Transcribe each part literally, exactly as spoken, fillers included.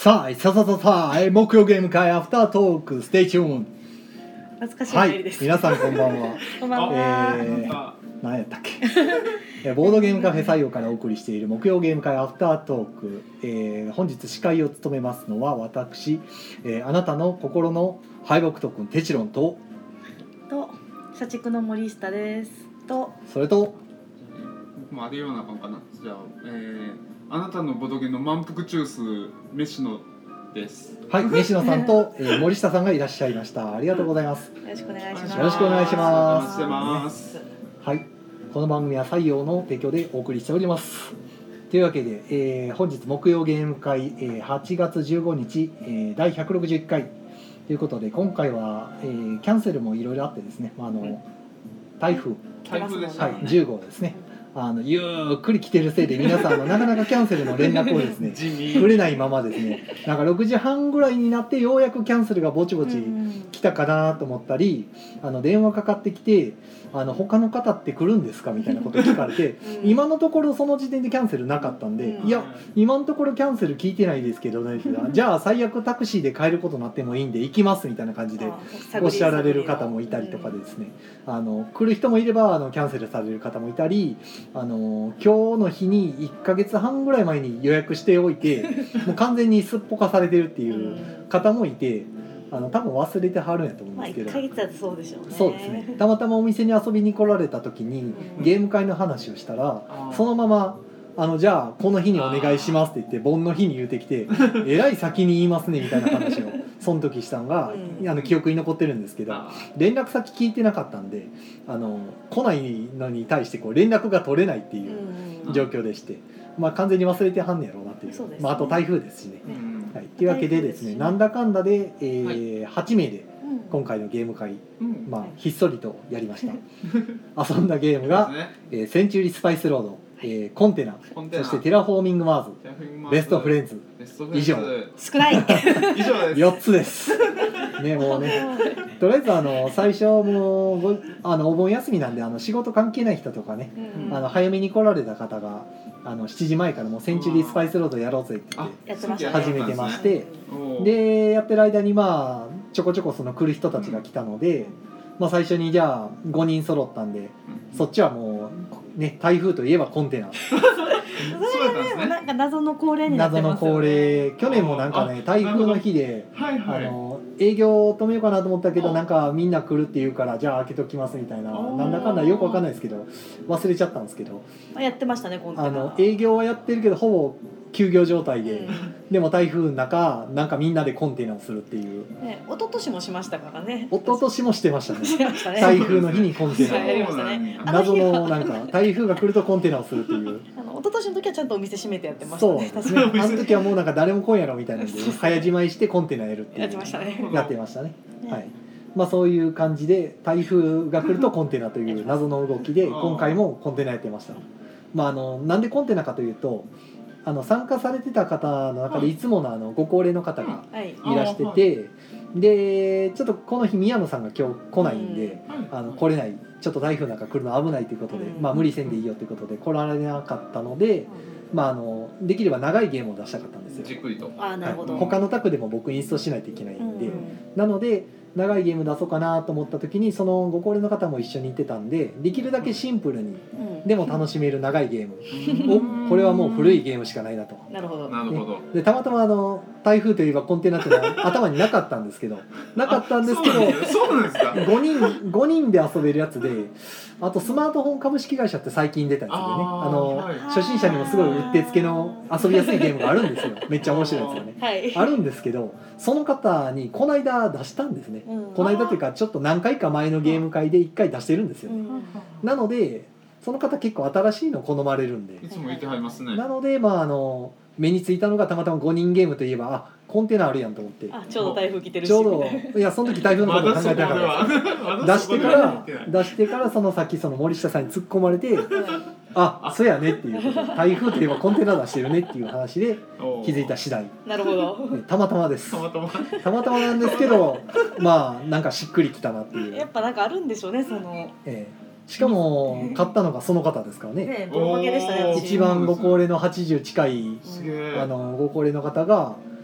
さあさあさあさあ木曜ゲーム会アフタートークステイチューン。 懐かしいは入りです。 い、皆さんこんばんは。 こんばんは。 えー、何やったっけえボードゲームカフェ採用からお送りしている木曜ゲーム会アフタートーク、えー、本日司会を務めますのは私、えー、あなたの心の敗北特訓テチロンとと社畜の森下です。とそれと僕もあるような感かな。じゃあ、えー、あなたのボドゲの満腹中枢飯野です。 はい、西野さんと、えー、森下さんがいらっしゃいました。ありがとうございます。 よろしくお願いします。 よろしくお願いします。 お願いします。 はい、この番組は採用の提供でお送りしております。というわけで、えー、本日木曜ゲーム会、えー、はちがつじゅうごにち、えー、だいひゃくろくじゅういっかいということで、今回は、えー、キャンセルもいろいろあってですね、まあ、あの台風、 台風でしたね。 はい、じゅうごうですね。あのゆっくり来てるせいで皆さんのなかなかキャンセルの連絡をですねくれないままですね、なんかろくじはんぐらいになってようやくキャンセルがぼちぼち来たかなと思ったり、あの電話かかってきて、あの他の方って来るんですかみたいなことを聞かれてうん、 今のところその時点でキャンセルなかったんで、 うんいや今のところキャンセル聞いてないですけどねじゃあ最悪タクシーで帰ることになってもいいんで行きますみたいな感じでおっしゃられる方もいたりとかでですね、あの来る人もいればあのキャンセルされる方もいたり、あの今日の日にいっかげつはんぐらい前に予約しておいてもう完全にすっぽかされてるっていう方もいて、あの多分忘れてはるんやと思うんまあですけど、 いっかげつだとそうでしょうね。 そうですね、たまたまお店に遊びに来られた時にゲーム会の話をしたら、そのままあのじゃあこの日にお願いしますって言って盆の日に言うてきてえらい先に言いますねみたいな話をその時したのが、 うん、 あの記憶に残ってるんですけど、連絡先聞いてなかったんで、あの来ないのに対してこう連絡が取れないっていう状況でして、まあ、完全に忘れてはんねやろうなっていう、 そうですね、 まあ、あと台風ですしね、 うんはい、というわけでですね、なんだかんだで、えーはいはちめいでうん今回のゲーム会、 うんまあ、ひっそりとやりました遊んだゲームが、 ね、 えーセンチュリースパイスロード、えーコンテナ、 コンテナそしてテラフォーミングマーズ、ベストフレンズ、 ベストフレンズ以上少ない。 以上です。 よっつですね。もうね、とりあえずあの最初もうごあのお盆休みなんで、あの仕事関係ない人とかね、 うんあの早めに来られた方があのしちじまえからもうセンチュリースパイスロードやろうぜって言ってやってましたね始めてまして、 おーでやってる間にまあちょこちょこその来る人たちが来たので、まあ、最初にじゃあごにん揃ったんで、そっちはもうね、台風といえばコンテナそれがね、もうなんか謎の恒例になって謎のますよね。 恒例、去年もなんかね台風の日であはいはい。 の営業を止めようかなと思ったけど、 あなんかみんな来るって言うからじゃあ開けときますみたいな、 あーなんだかんだよくわかんないですけど忘れちゃったんですけど、 まあやってましたね、コンテナ。 あの営業はやってるけどほぼ休業状態で、 うんでも台風の中なんかみんなでコンテナをするっていう、 ね、一昨年もしましたからね。 一昨年もしてましたしねましたね。 台風の日にコンテナはいやりましたねを、謎のなんか台風が来るとコンテナをするっていうあの一昨年の時はちゃんとお店閉めてやってましたそうね。 ですね、あの時はもうなんか誰も来んやろみたいなんで早じまいしてコンテナやるっていうやってましたね。 やってましたね。 ねはい、まあそういう感じで台風が来るとコンテナという謎の動きで今回もコンテナやってました。まああのなんでコンテナかというと、あの参加されてた方の中でいつものあのご高齢の方がはい。 いらしてて、でちょっとこの日宮野さんが今日来ないんで、あの来れない、ちょっと台風なんか来るの危ないということで、 うんまあ無理せんでいいよということで来られなかったので、まああのできれば長いゲームを出したかったんですよ。 じっくりと。 ああ、なるほど。 はい、他の卓でも僕インストしないといけないんで、 うんなので長いゲーム出そうかなと思った時にそのご高齢の方も一緒に行ってたんで、できるだけシンプルにうんでも楽しめる長いゲームを、これはもう古いゲームしかないなと。 なるほど。 なるほど。 でたまたまあの台風といえばコンテナっていうのは頭になかったんですけどなかったんですけどあそうなんですか。 ごにんごにんで遊べるやつで、あとスマートフォン株式会社って最近出たやつでね、 あーあの、 はい初心者にもすごいうってつけの遊びやすいゲームがあるんですよ。めっちゃ面白いやつがねはい。 あるんですけど、その方にこの間出したんですね。 うんこの間というかちょっと何回か前のゲーム会でいっかい出してるんですよね。 うんなのでその方結構新しいの好まれるんで、 いつも言ってはりますね。 なのでまああの目についたのがたまたまごにんゲームといえば、あコンテナあるやんと思って、 あ、ちょうど台風来てるし。 ちょうどみたいないやその時台風のことを考えてなかったんですよ。 は出してから出してからその先その森下さんに突っ込まれて、あそうやねっていうことで、台風といえばコンテナ出してるねっていう話で気づいた次第、 なるほど。 ねたまたまです。 たまたま。 たまたまなんですけど、まあなんかしっくりきたなっていう、 やっぱなんかあるんでしょうね、そのええしかも買ったのがその方ですからね。 ね、ボロ負けでしたね。 おー私一番ご高齢のはちじゅう近いすげえ。 あのご高齢の方が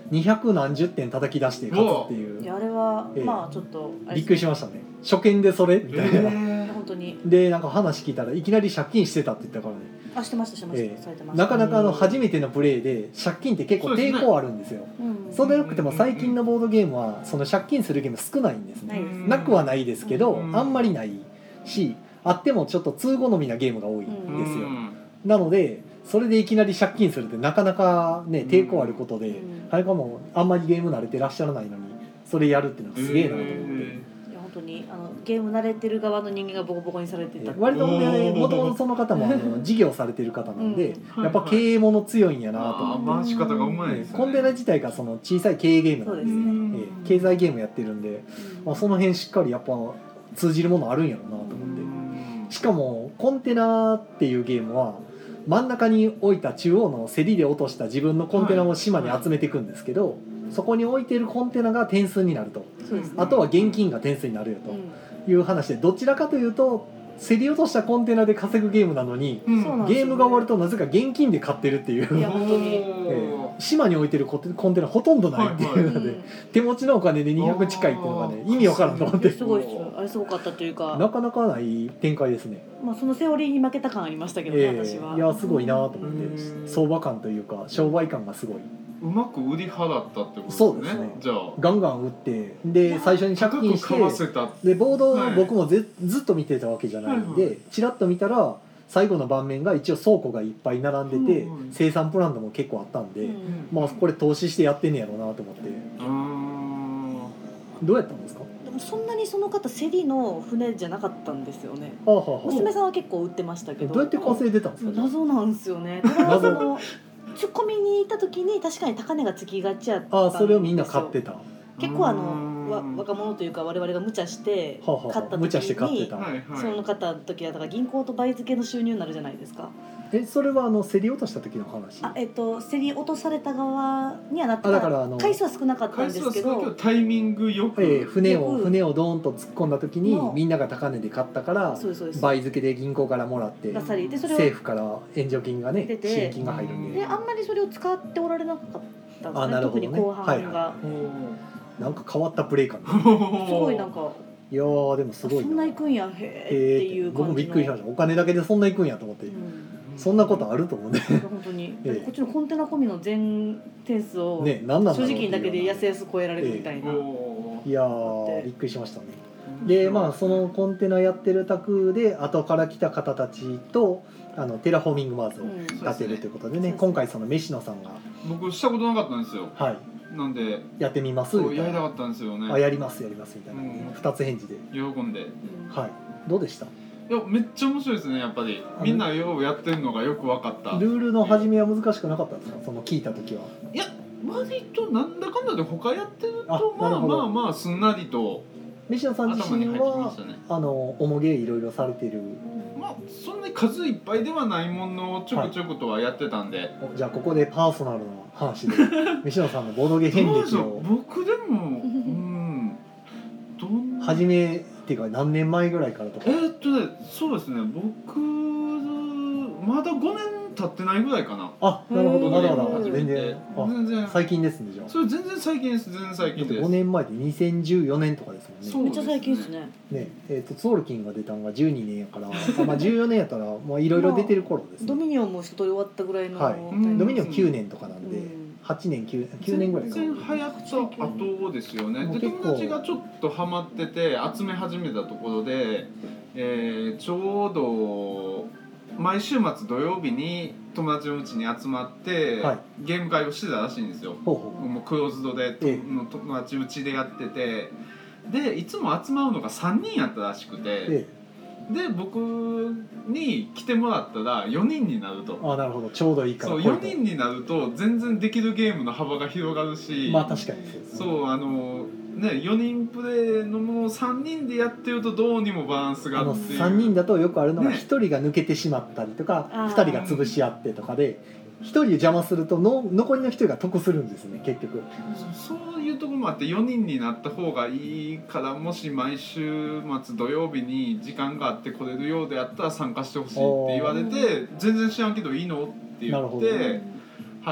にひゃくなんじゅってん叩き出して勝つっていういやあれは、 ええまあちょっとあれびっくりしましたね。初見でそれみたいな、 え本当にでなんか話聞いたらいきなり借金してたって言ったからね。 あしてましたしてました、 ええされてましたなかなかあの初めてのプレイで借金って結構抵抗あるんですよ。 うんそうでなくても最近のボードゲームはその借金するゲーム少ないんですね。 ないですなくはないですけど、 うんあんまりないし、あってもちょっと通好みなゲームが多いんうんですよ。 うんなのでそれでいきなり借金するってなかなかね抵抗あることで、 うん早川もあんまりゲーム慣れてらっしゃらないのにそれやるっていうのはすげえなと思って。 えいや本当にあのゲーム慣れてる側の人間がボコボコにされてた割とねおーもともとその方もあの事業されてる方なんで、 うんやっぱ経営もの強いんやなとあ思って、 ー回し方がうまいですね。 コンテナ自体がその小さい経営ゲームなんでそうですねうんええ経済ゲームやってるんで、まあ、その辺しっかりやっぱ通じるものあるんやろうなと思って、 うんしかもコンテナっていうゲームは真ん中に置いた中央の競りで落とした自分のコンテナを島に集めていくんですけど、そこに置いてるコンテナが点数になると、 そうですねあとは現金が点数になるようんという話で、どちらかというと競り落としたコンテナで稼ぐゲームなのに、 うんそうなんですよゲームが終わるとなぜか現金で買ってるっていう、 いや本当にええ島に置いてるコテコンテナほとんどないっていうので、 うん手持ちのお金でにひゃく近いっていうのがね意味わからんと思ってすごいですよあれすごかったというか、 なかなかない展開ですね。 まあ、そのセオリーに負けた感ありましたけどね、 ええ私はいやすごいなと思ってうん相場感というか商売感がすごい。 うまく売り払ったってことですね。 そうですねじゃあガンガン売ってで最初に借金し高く買わせてた。 でボードをはい僕もぜずっと見てたわけじゃないんはいでチラッと見たら最後の盤面が一応倉庫がいっぱい並んでてうんうん生産プランドも結構あったんで、 うんまあこれ投資してやってんねやろうなと思って。 うーんどうやったんですか？ でもそんなにその方競りの船じゃなかったんですよね。 ああはあはあ娘さんは結構売ってましたけど、 どうやって稼いでたんですか？ 謎なんですよね。ただその突っ込みに行った時に確かに高値がつきがちやったんですよ。 ああそれをみんな買ってた。は結構あうーのんわ若者というか我々が無茶してあはあ買った時無茶して買ってにた。 はいはい。 その方の時はだから銀行と倍付けの収入になるじゃないですか。 えそれはあの競り落とした時の話？ あえっと競り落とされた側にはなってあだからあの回数は少なかったん回数はですけど、 少ないけどタイミングよく。 ええ船をよく船をドーンと突っ込んだ時にのみんなが高値で買ったからそうですそうです。 倍付けで銀行からもらってがさりでそれを政府から援助金がね出て支援金が入るんでであんまりそれを使っておられなかったんですね。 あなるほどね特に後半が、 はおなんか変わったプレイ感ーすごいなんかいやーでもすごいそんなな行くんやへええっていう感じの。 僕もびっくりしましたお金だけでそんな行くんやと思って、 うんそんなことあると思うね本当に、 ええこっちのコンテナ込みの全点数をね何なんだろうっていう正直にだけでやすやす超えられるみたいな、 おいやだってーびっくりしましたねーでまあそのコンテナやってる宅で後から来た方たちとあのテラフォーミングマーズをうん立てるということでね、 そうですね今回その飯野さんが、 僕したことなかったんですよ。 はい、 なんでやってみますそうみたいなやりたかったんですよね。 あやりますやりますみたいな、 うん二つ返事で、 喜んで。いうんはい、どうでした？ やめっちゃ面白いですねやっぱり。みんなようやってるのがよく分かった。 ルールの始めは難しくなかったんですか？その聞いた時は。 いや割となんだかんだで他やってるあとまあなるほどまあまあすんなりと飯野さん自身頭に入ってきまはしたね。 あの重げいろいろされてる。 まあそんなに数いっぱいではないものをちょくちょくとはやってたんで。 おじゃあここでパーソナルな話で飯野さんのボードゲー遍どうでしょう歴を僕でもうんどんな始めっていうか何年前ぐらいからとかえ。ーっとねそうですね僕まだごねん経ってないぐらいかな。 あなるほどうんまだまだ初めて全然あ全然最近ですねじゃあ。 それ全然最近です全然最近です。 ごねんまえでにせんじゅうよねんとかですもんね。 そうめっちゃ最近ですね。 ねえー、とツォールキンが出たのがじゅうにねんやからあ、まあ、じゅうよねんやったらまあいろいろ出てる頃ですね。 ドミニオンも一通り終わったぐらいの、 はいタイミングドミニオンきゅうねんとかなんでうんはちねんきゅうねんぐらいか全な。 然流行った後ですよね。でもう結構友達がちょっとハマってて集め始めたところで、えーちょうど毎週末土曜日に友達のうちに集まって、 はいゲーム会をしてたらしいんですよ。 ほうほうもうクローズドで、とええの友達うちでやっててでいつも集まるのがさんにんやったらしくて、 えで僕に来てもらったらよにんになると。 え、あなるほどちょうどいいからそう来いとよにんになると全然できるゲームの幅が広がるし、 まあ確かにそうですね。 そうあのねよにんプレイのものをさんにんでやってるとどうにもバランスがあのっていうさんにんだとよくあるのがねひとりが抜けてしまったりとか、 あーふたりが潰し合ってとかでひとり邪魔するとの残りのひとりが得するんですね結局。 そそういうところもあってよにんになった方がいいからもし毎週末土曜日に時間があって来れるようであったら参加してほしいって言われて全然知らんけどいいのって言っなるほどて入っ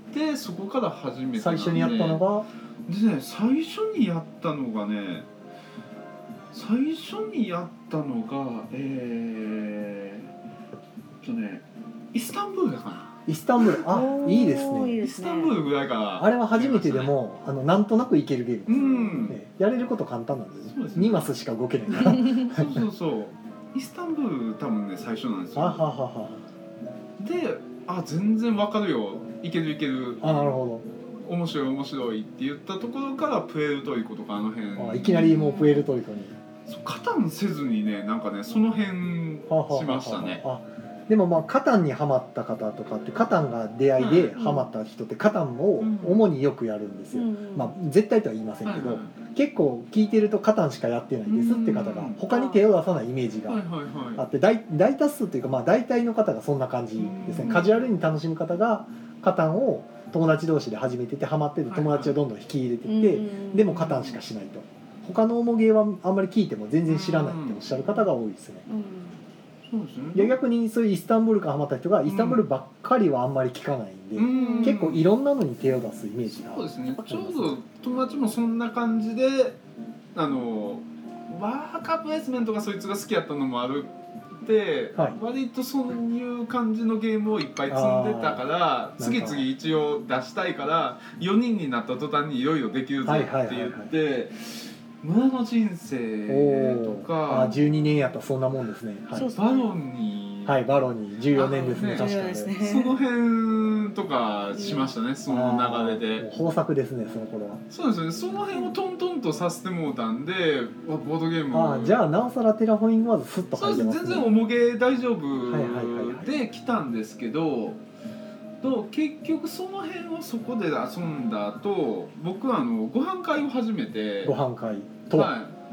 でそこから始めて最初にやったのがでね最初にやったのがね最初にやったのがえー、っとねイスタンブールかなイスタンブール、あ、いいですね。 イスタンブールぐらいからあれは初めてでも、あのなんとなくいけるゲームです、 うんね、やれること簡単なんですね。 そうですねにマスしか動けないから。 そうそうそうイスタンブール多分ね最初なんですよ。 あははは。 で、あ全然わかるよ、いけるいける。 あ、なるほ面白い面白いって言ったところからプエルトリコとかあの辺。 ど。あ、いきなりもうプエルトリコに。 そうカタンせずにねなんかねその辺しましたね。 あ、でもまあカタンにハマった方とかってカタンが出会いでハマった人ってカタンを主によくやるんですよ。まあ絶対とは言いませんけど、結構聞いてるとカタンしかやってないですって方が他に手を出さないイメージがあって、大大多数というかまあ大体の方がそんな感じですね。カジュアルに楽しむ方がカタンを友達同士で始めててハマってて友達をどんどん引き入れていって、でもカタンしかしないと。他の重ゲーはあんまり聞いても全然知らないっておっしゃる方が多いですね。 そうですね。 いや逆にそういうイスタンブールからハマった人がイスタンブールばっかりはあんまり聞かないんで、 うん結構いろんなのに手を出すイメージが。 そうですね。ちょうど友達もそんな感じで、あのワーカープレイスメントがそいつが好きやったのもあるって、 はい、 割とそういう感じのゲームをいっぱい積んでたから次々一応出したいからよにんになった途端にいろいろできるぜって言って。村の人生とか、 あじゅうにねんやったらそんなもんですね。はい、 バロンに、 はい、バロンにじゅうよねんですね。 ね確かに、 ね、 その辺とかしましたね、うん、その流れで。 豊作ですね、その頃は。 そうですね、その辺をトントンとさせてもうたんで、ボードゲーム。 あじゃあなおさらテラフォーミングワーズスッと入ってますね。 そうです、全然重げ大丈夫で来たんですけど。と結局その辺をそこで遊んだ後、僕はあのご飯会を始めて。 ご飯会とは、 はい、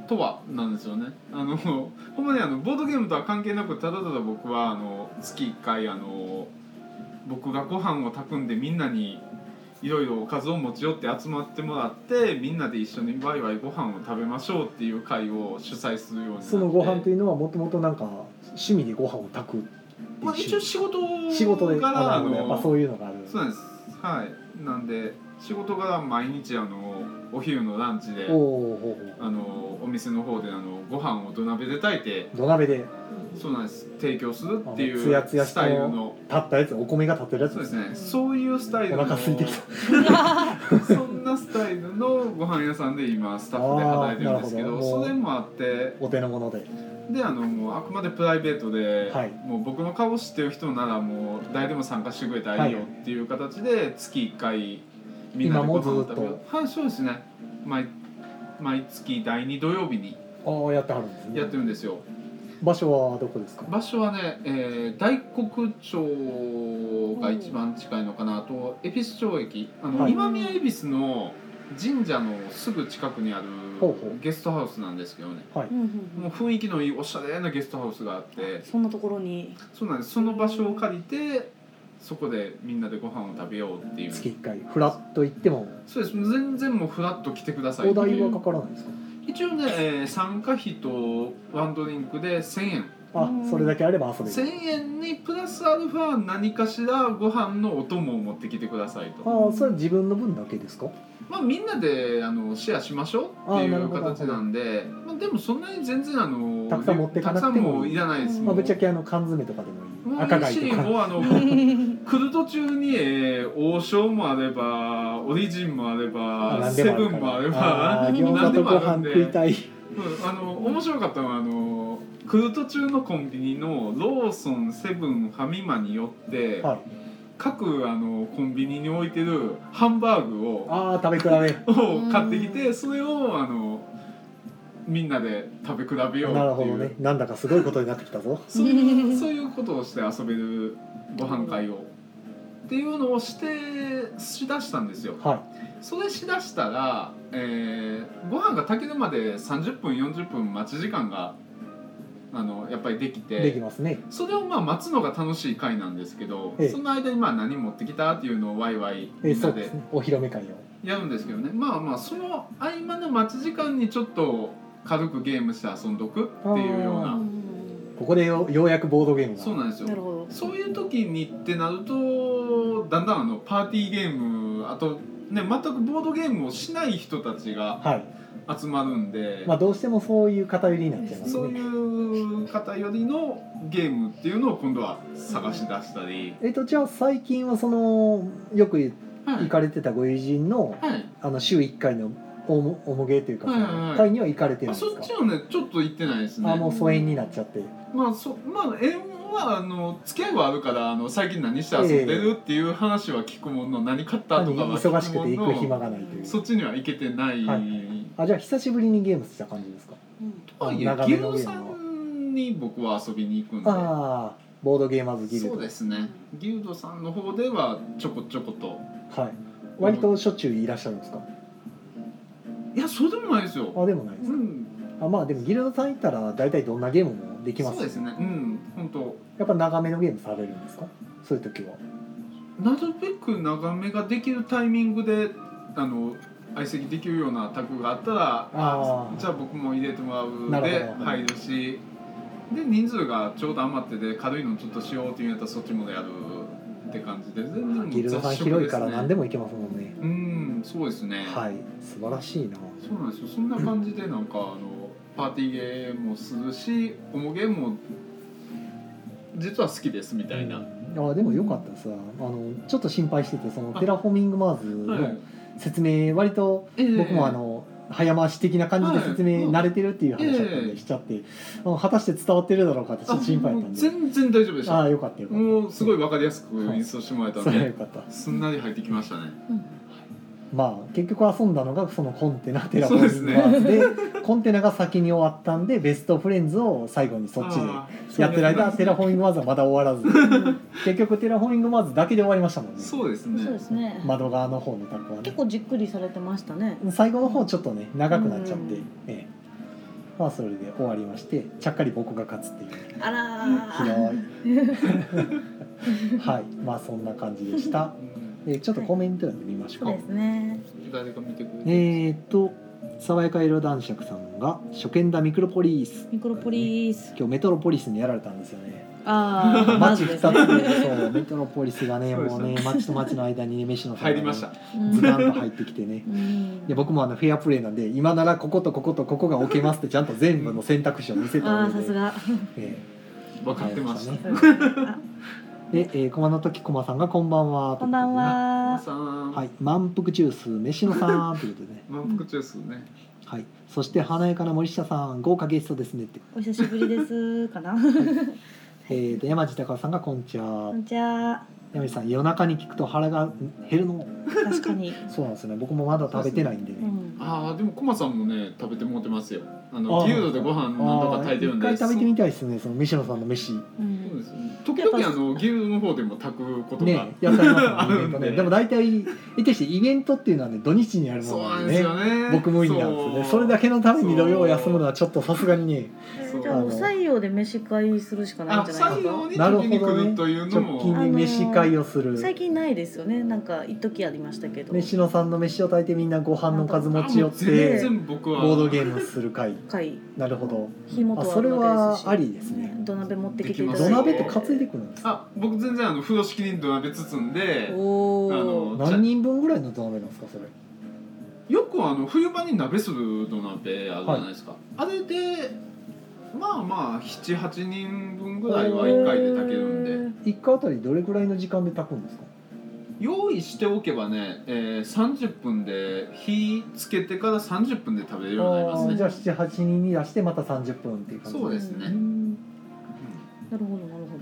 とはなんですよね。あのほんまにあのボードゲームとは関係なくただただ僕はあの月いっかいあの僕がご飯を炊くんでみんなにいろいろおかずを持ち寄って集まってもらってみんなで一緒にワイワイご飯を食べましょうっていう会を主催するようになって。 そのご飯というのはもともとなんか趣味でご飯を炊く。 まあ、一応仕事仕事でからあのやっぱそういうのがある。 そうなんです。はい。なんで仕事柄毎日あのお昼のランチであのお店の方であのご飯を土鍋で炊いて土鍋でそうなんです提供するっていうツヤツヤスタイルの立ったやつ、お米が立ってるやつそうですね。そういうスタイルのお腹空いてきたそんなスタイルのご飯屋さんで今スタッフで働いてるんですけど、それもあってお手の物で。 であのもうあくまでプライベートで、 はい、 もう僕の顔知ってる人ならもう誰でも参加してくれたらいいよっていう形で月いっかいみんなでご飯を食べる。はい、そうですね。毎毎月だいに土曜日にあやってはるんですね。 やってるんですよ。 場所はどこですか？ 場所はね、えー、大黒町が一番近いのかな。あと恵比寿町駅、あの、はい、今宮恵比寿の神社のすぐ近くにあるゲストハウスなんですけどね。 はい、 もう雰囲気のいいおしゃれなゲストハウスがあって、 そんなところに。 そうなんです。その場所を借りてそこでみんなでご飯を食べようっていう。 月いっかいフラッと行っても。 そうです。全然もうフラッと来てください。 お代はかからないですか？ 一応ね、えー、参加費とワンドリンクでせんえん。 あ、それだけあれば遊べる。 せんえんにプラスアルファ何かしらご飯のお供を持ってきてくださいと。 ああ、それは自分の分だけですか？ まあみんなであのシェアしましょうっていう形なんで、まあでもそんなに全然あのたくさん持ってかなくてもいらないです。 まあぶっちゃけあの缶詰とかでもいい。 もう赤貝とか。 もうあの来る途中に、えー、王将もあればオリジンもあればセブンもあれば餃子とご飯食いたい。 うん、あの面白かったのはあの来る途中のコンビニのローソン、セブン、ファミマによって、はい、各あのコンビニに置いてるハンバーグをあ食べ比べを買ってきて、それをあのみんなで食べ比べようっていう。 なるほどね。なんだかすごいことになってきたぞ。 そういうそういうことをして遊べるご飯会をっていうのをしてしだしたんですよ。 はい、 それしだしたら、えー、ご飯が炊けるまでさんじゅっぷんよんじゅっぷん待ち時間があのやっぱりできてできますね。 それをまあ待つのが楽しい会なんですけど、ええ、その間にまあ何持ってきたっていうのをワイワイみんなでお披露目会をやるんですけどね。まあまあその合間の待ち時間にちょっと軽くゲームして遊んどくっていうような。 ここで よ, ようやくボードゲームがそうなんですよ。そういう時にってなるととだんだんあのパーティーゲームあとね全くボードゲームをしない人たちがはい、 集まるんで、 まあ、どうしてもそういう偏りになっちゃいますそういね。 う方よりのゲームっていうのを今度は探し出したり、 えっとじゃあ最近はそのよくはい行かれてたご友人の、 はい、 あの週いっかいのおもおもげというか、 はいはいはい会には行かれてるんあですか。 そっちはねちょっと行ってないですね。 あもう疎遠になっちゃって。 まあそまあ縁はあの付き合いはあるからあの最近何して遊んでるっていう話は聞くものの何買ったとかは聞くもの忙しくて行く暇がないという。 そっちには行けてない。 はいあじゃあ久しぶりにゲームした感じですか。 とはいえ長ギルドさめのゲームは。 んに僕は遊びに行くんで。 ああボードゲーマーズギルド。 そうですね。ギルドさんの方ではちょこちょこと。 はい。割としょっちゅういらっしゃるんですか。 いやそうでもないですよ。 あでもないですか。 うん。 あまあでもギルドさん行ったら大体どんなゲームもできます。 そうですね。うん本当。 やっぱ長めのゲームされるんですか。そういう時は。 なるべく長めができるタイミングであの相席できるようなタグがあったらあーじゃあ僕も入れてもらうでなるほど入るしで人数がちょうど余ってて軽いのちょっとしようっていうんやったらそっちもやるって感じで全然もうギルドさん雑食ですね。 広いから何でも行けますもんね。 うんそうですね。 はい素晴らしいな。 そうなんですよ。そんな感じでなんかあのパーティーゲームもするしオモゲームも実は好きですみたいな。 あでもよかったです。あのちょっと心配しててそのテラフォーミングマーズはいの説明割と僕もあの早回し的な感じで説明慣れてるっていう話だったんええでしちゃってあの果たして伝わってるだろうかってちょっと心配だったんで。 全然大丈夫でした。 ああよかったよかった。 もうすごい分かりやすく演奏してもらえたんそれはよで、 かった。 すんなり入ってきましたね。 まあ結局遊んだのがそのコンテナテラフォーミングマーズでコンテナが先に終わったんでベストフレンズを最後にそっちであーやってる間テラフォーミングマーズはまだ終わらず結局テラフォーミングマーズだけで終わりましたもんね。 そうですね。 そうですね。 窓側の方のタクはね結構じっくりされてましたね。 最後の方ちょっとね長くなっちゃって、 うんええまあそれで終わりましてちゃっかり僕が勝つっていうあらー。 広いはいまあそんな感じでした。えちょっとコメント読んでみましょうか。 そうですね。 誰か見てくれてる。 えーっと爽やか色男爵さんが初見だミクロポリスミクロポリス。 今日メトロポリスにやられたんですよね。 ああ、 街ふたつね。 でそうメトロポリスがねそうですもうね街と街の間にね飯の入りました。 ズダンと入ってきてね。 うんで僕もあのフェアプレーなんで今ならこことこことここが置けますってちゃんと全部の選択肢を見せたああ、 上で、 さすが。 え分かってました。 ねそうですねあえで、えー、駒の時駒さんがこんばんはこんばんは。 さん。 はい満腹ジュース飯野さんということでね満腹中ですね。 はいそして華やかな森下さん豪華ゲストですねってお久しぶりです。かな。 えー、と山地隆さんがこんちはこんにちは。 山地さん夜中に聞くと腹が減るの確かに。 そうなんですね僕もまだ食べてないんでねうん。 ああでもコマさんもね食べてもらってますよ。あのあーギルドでご飯なんとか炊いてるんで。 あー一回食べてみたいですねその飯野さんの飯うんそうですね。時々あのギルドの方でも炊くことが。 ねやってありますよねあイベントるんでねでも大体いてしてイベントっていうのはね土日にやるもそうのなんんでねなですよね。 僕無理なんですよねそれだけのために土曜を休むのはちょっとさすがにねそうじゃあもう採用で飯会するしかないんあじゃないですか。 採用になる時にほどね来るというの直も。 近に飯会をする最近ないですよね。なんか一時ありましたけど。 飯野さんの飯を炊いてみんなご飯の数持ち寄っあもう全て然僕はボードゲームする会会。 なるほど火元あそれはあるわけですし。 はありですね土鍋持ってきていただい土て。 鍋って担いでくるんですかあ僕全然あの風呂敷に土鍋包んでおあお。 の何人分ぐらいの土鍋なんですかそれよくあの冬場に鍋する土鍋あるじゃないですか、あれでまあまあななはちにんぶんぐらいはいっかいで炊けるんでいっかいあたりどれぐらいの時間で炊くんですか用意しておけばね、えー、さんじゅっぷんで火つけてからさんじゅっぷんで食べれるようになりますね。 あーじゃあななはちにんに出してまたさんじゅっぷんっていう感じそうですね、 うんうんなるほどなるほ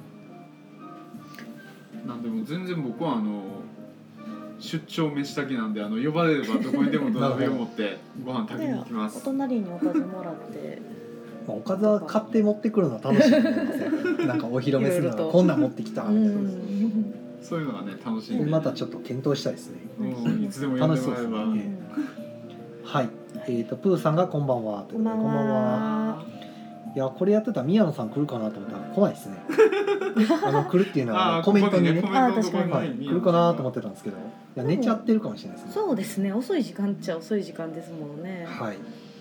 ど。 なんでも全然僕はあの出張飯炊きなんであの呼ばれればどこにでも土鍋を持ってご飯炊きに行きまおす。 隣におかずもらって。 まあおかずは買って持ってくるのは楽しいと思いますよなんかお披露目するのいろいろとはこんなん持ってきたうみたいな、 ん。 そういうのがね楽しいんで、 でまたちょっと検討したいですねうんいつでも呼んでもらえれば、 楽しそうですねはいえー、とプーさんがこんばんはということでこんばんは。 いやこれやってたら宮野さん来るかなと思ったら来ないですねあの来るっていうのはあーコメントにねここコメントのところにはい、来るかなと思ってたんですけどいや寝ちゃってるかもしれないですねそうですね。遅い時間っちゃ遅い時間ですものね。 はい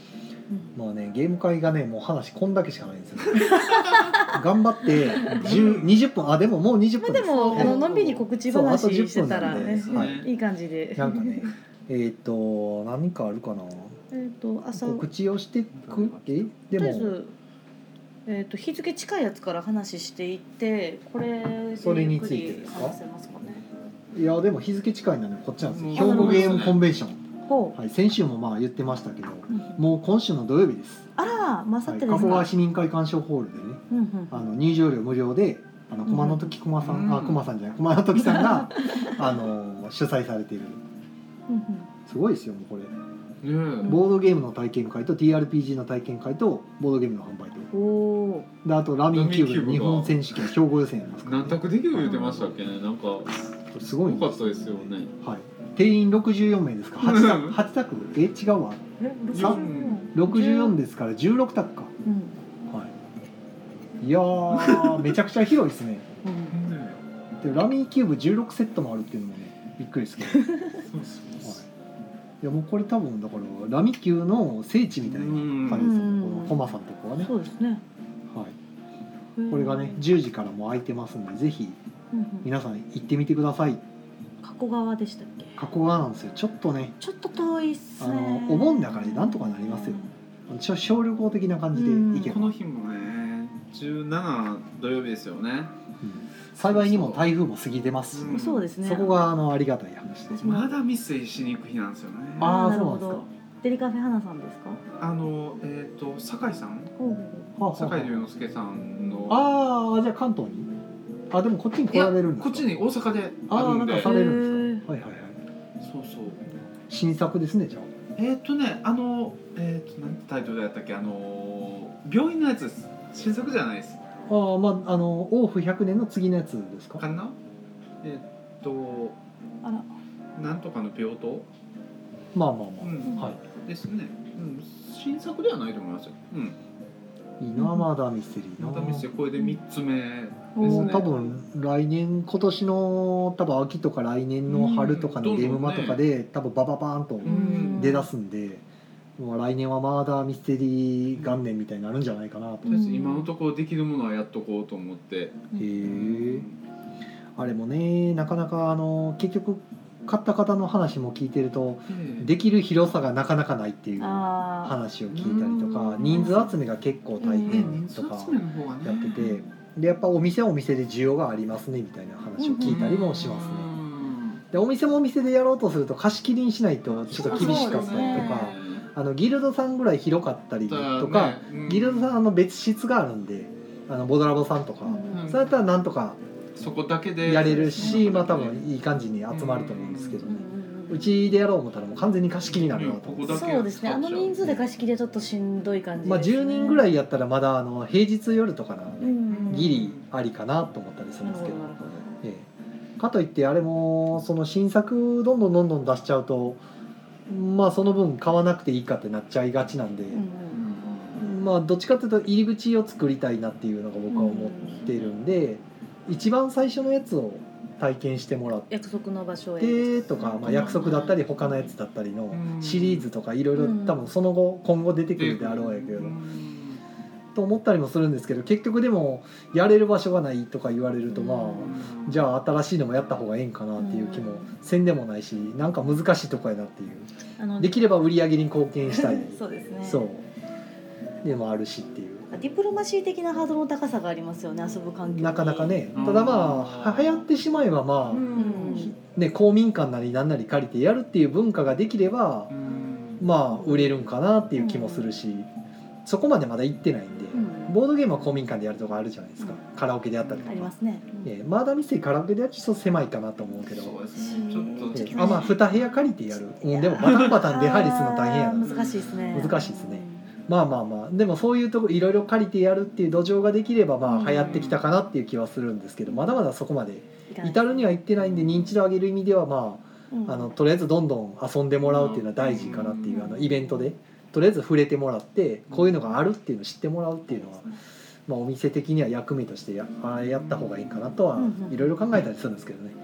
もうねゲーム会がねもう話こんだけしかないんですよ頑張ってじゅう、にじゅっぷんあでももうにじゅっぷんでですもあののんびり告知話してたらね、 そうあとじゅっぷんなんではいいい感じで。 なんかねえっ、と何かあるかなえっと朝告知をしてくえでもとりあえず、えー、と日付近いやつから話していってこれそれについてですか話せますかね。 いやでも日付近いのでこっちなんですようん兵庫ゲームコンベンション、 ほう、 はい、先週もまあ言ってましたけどうんもう今週の土曜日です、 あらまさっはい、 てですか。 加古川市民会館賞ホールでねうんうんあの入場料無料であの駒の時駒さん、 うんあ駒さんじゃない駒の時さんがあの主催されているうんすごいですよもうこれねえボードゲームの体験会と ティーアールピージー の体験会とボードゲームの販売とうん、おお。 であとラーメンキューブの日ラーメンキューブが本選手権兵庫予選やりますから、 何択できる言ってましたっけねなんかすごいんです良かったですよねはい、定員ろくじゅうよん名ですかはち択はち択え違うわえ、 さうんろくじゅうよんですからじゅうろく択か、 うんはい、いやーめちゃくちゃ広いですねうん。 でラミーキューブじゅうろくセットもあるっていうのもねびっくりですけど、はい、 そうそういやもうこれ多分だからラミキューの聖地みたいな感じですようんこのコマさんとこはね、 そうですね。 はい、これがねじゅうじからも空いてますんでぜひうんうん。 皆さん行ってみてください加古川でしたっけ。 加古川なんですよちょっとねちょっと遠いっすあね。 のお盆だからなんとかなりますよちょ小旅行的な感じで行けば、 この日もねじゅうしち土曜日ですよねうん幸いにも台風も過ぎてますし、 うんそうですね。 そこがあのありがたい話です。 まだミスしに行く日なんですよねあーなるほどそうなんですか。 デリカフェ花さんですか。 あのえっ、と酒井さんほうほうほはあはあ酒井龍之介さんのああじゃあ関東にあでもこっちに来いやられるんですかこっちに大阪であーあるんでなんかされるんですかはいはいはいそうそう新作ですねじゃえっ、とねあのえっ、となんてタイトルやったっけあの病院のやつです新作じゃないですあああまああの王府ひゃくねんの次のやつですかかなえっ、とう。あら。 なんとかの病棟まあまあまあ、 うんはいですね、うん、新作ではないと思いますようんいいなまだミステリーなまた見せこれでみっつ目ですねもう多分来年今年の多分秋とか来年の春とかのうんゲームマとかで、多分バババーンとん出だすんで、もう来年はマーダーミステリー元年みたいになるんじゃないかなと、 とりあえず今のところできるものはやっとこうと思ってへえあれもねなかなかあの結局買った方の話も聞いてるとできる広さがなかなかないっていうああ。 話を聞いたりとかうん人数集めが結構大変とかやっててでやっぱお店はお店で需要がありますねみたいな話を聞いたりもしますね。でお店もお店でやろうとすると貸し切りにしないとちょっと厳しかったりとか、あのギルドさんぐらい広かったりとか、ギルドさんあの別室があるんであのボドラボさんとか、 うんそうやったらなんとかそこだけでやれるし、まあ多分いい感じに集まると思うんですけどね、うちでやろう思ったらもう完全に貸し切りになるなと思って、 そうですね。あの人数で貸し切りはちょっとしんどい感じですね。 まあじゅうにんぐらいやったらまだあの平日夜とかなので、 うんギリありかなと思ったりするんなるほどですけど、 なるほど。 ええ、かといってあれもその新作どんどんどんどん出しちゃうとまあその分買わなくていいかってなっちゃいがちなんで、 うんまあどっちかというと入り口を作りたいなっていうのが僕は思ってるんで、一番最初のやつを体験してもらっ約束の場所へ。 てとか、まあ、約束だったり他のやつだったりのうんシリーズとかいろいろうん多分その後今後出てくるであろうやけど、と思ったりもするんですけど結局でもやれる場所がないとか言われると、まあじゃあ新しいのもやった方がええんかなっていう気もせんでもないし、なんか難しいとこやなっていう、 あのできれば売り上げに貢献したいそうですね。 そうでもあるしっていう。 ディプロマシー的なハードルの高さがありますよね、遊ぶ環境に。 なかなかね、 うんただまあ流行ってしまえばまあ、 うんね、公民館なりなんなり借りてやるっていう文化ができれば、まあ売れるんかなっていう気もするし、そこまでまだ行ってないんで、 うんボードゲームは公民館でやるとこあるじゃないですか、 うんカラオケでやったりとかありますね。 ね、まだ店カラオケでやるとちょっと狭いかなと思うけど、 そうですねちょっとえあまあに部屋借りてやる、うん、でもバタンバタン出入りするの大変やあーな難しいですね。 難しいですねまあまあまあでもそういうとこいろいろ借りてやるっていう土壌ができればまあ流行ってきたかなっていう気はするんですけど、まだまだそこまで至るには行ってないんで認知度上げる意味ではまああのとりあえずどんどん遊んでもらうっていうのは大事かなっていうあのイベントでとりあえず触れてもらってこういうのがあるっていうのを知ってもらうっていうのは、まあ、お店的には役目として や, あやった方がいいかなとはうんうんいろいろ考えたりするんですけどね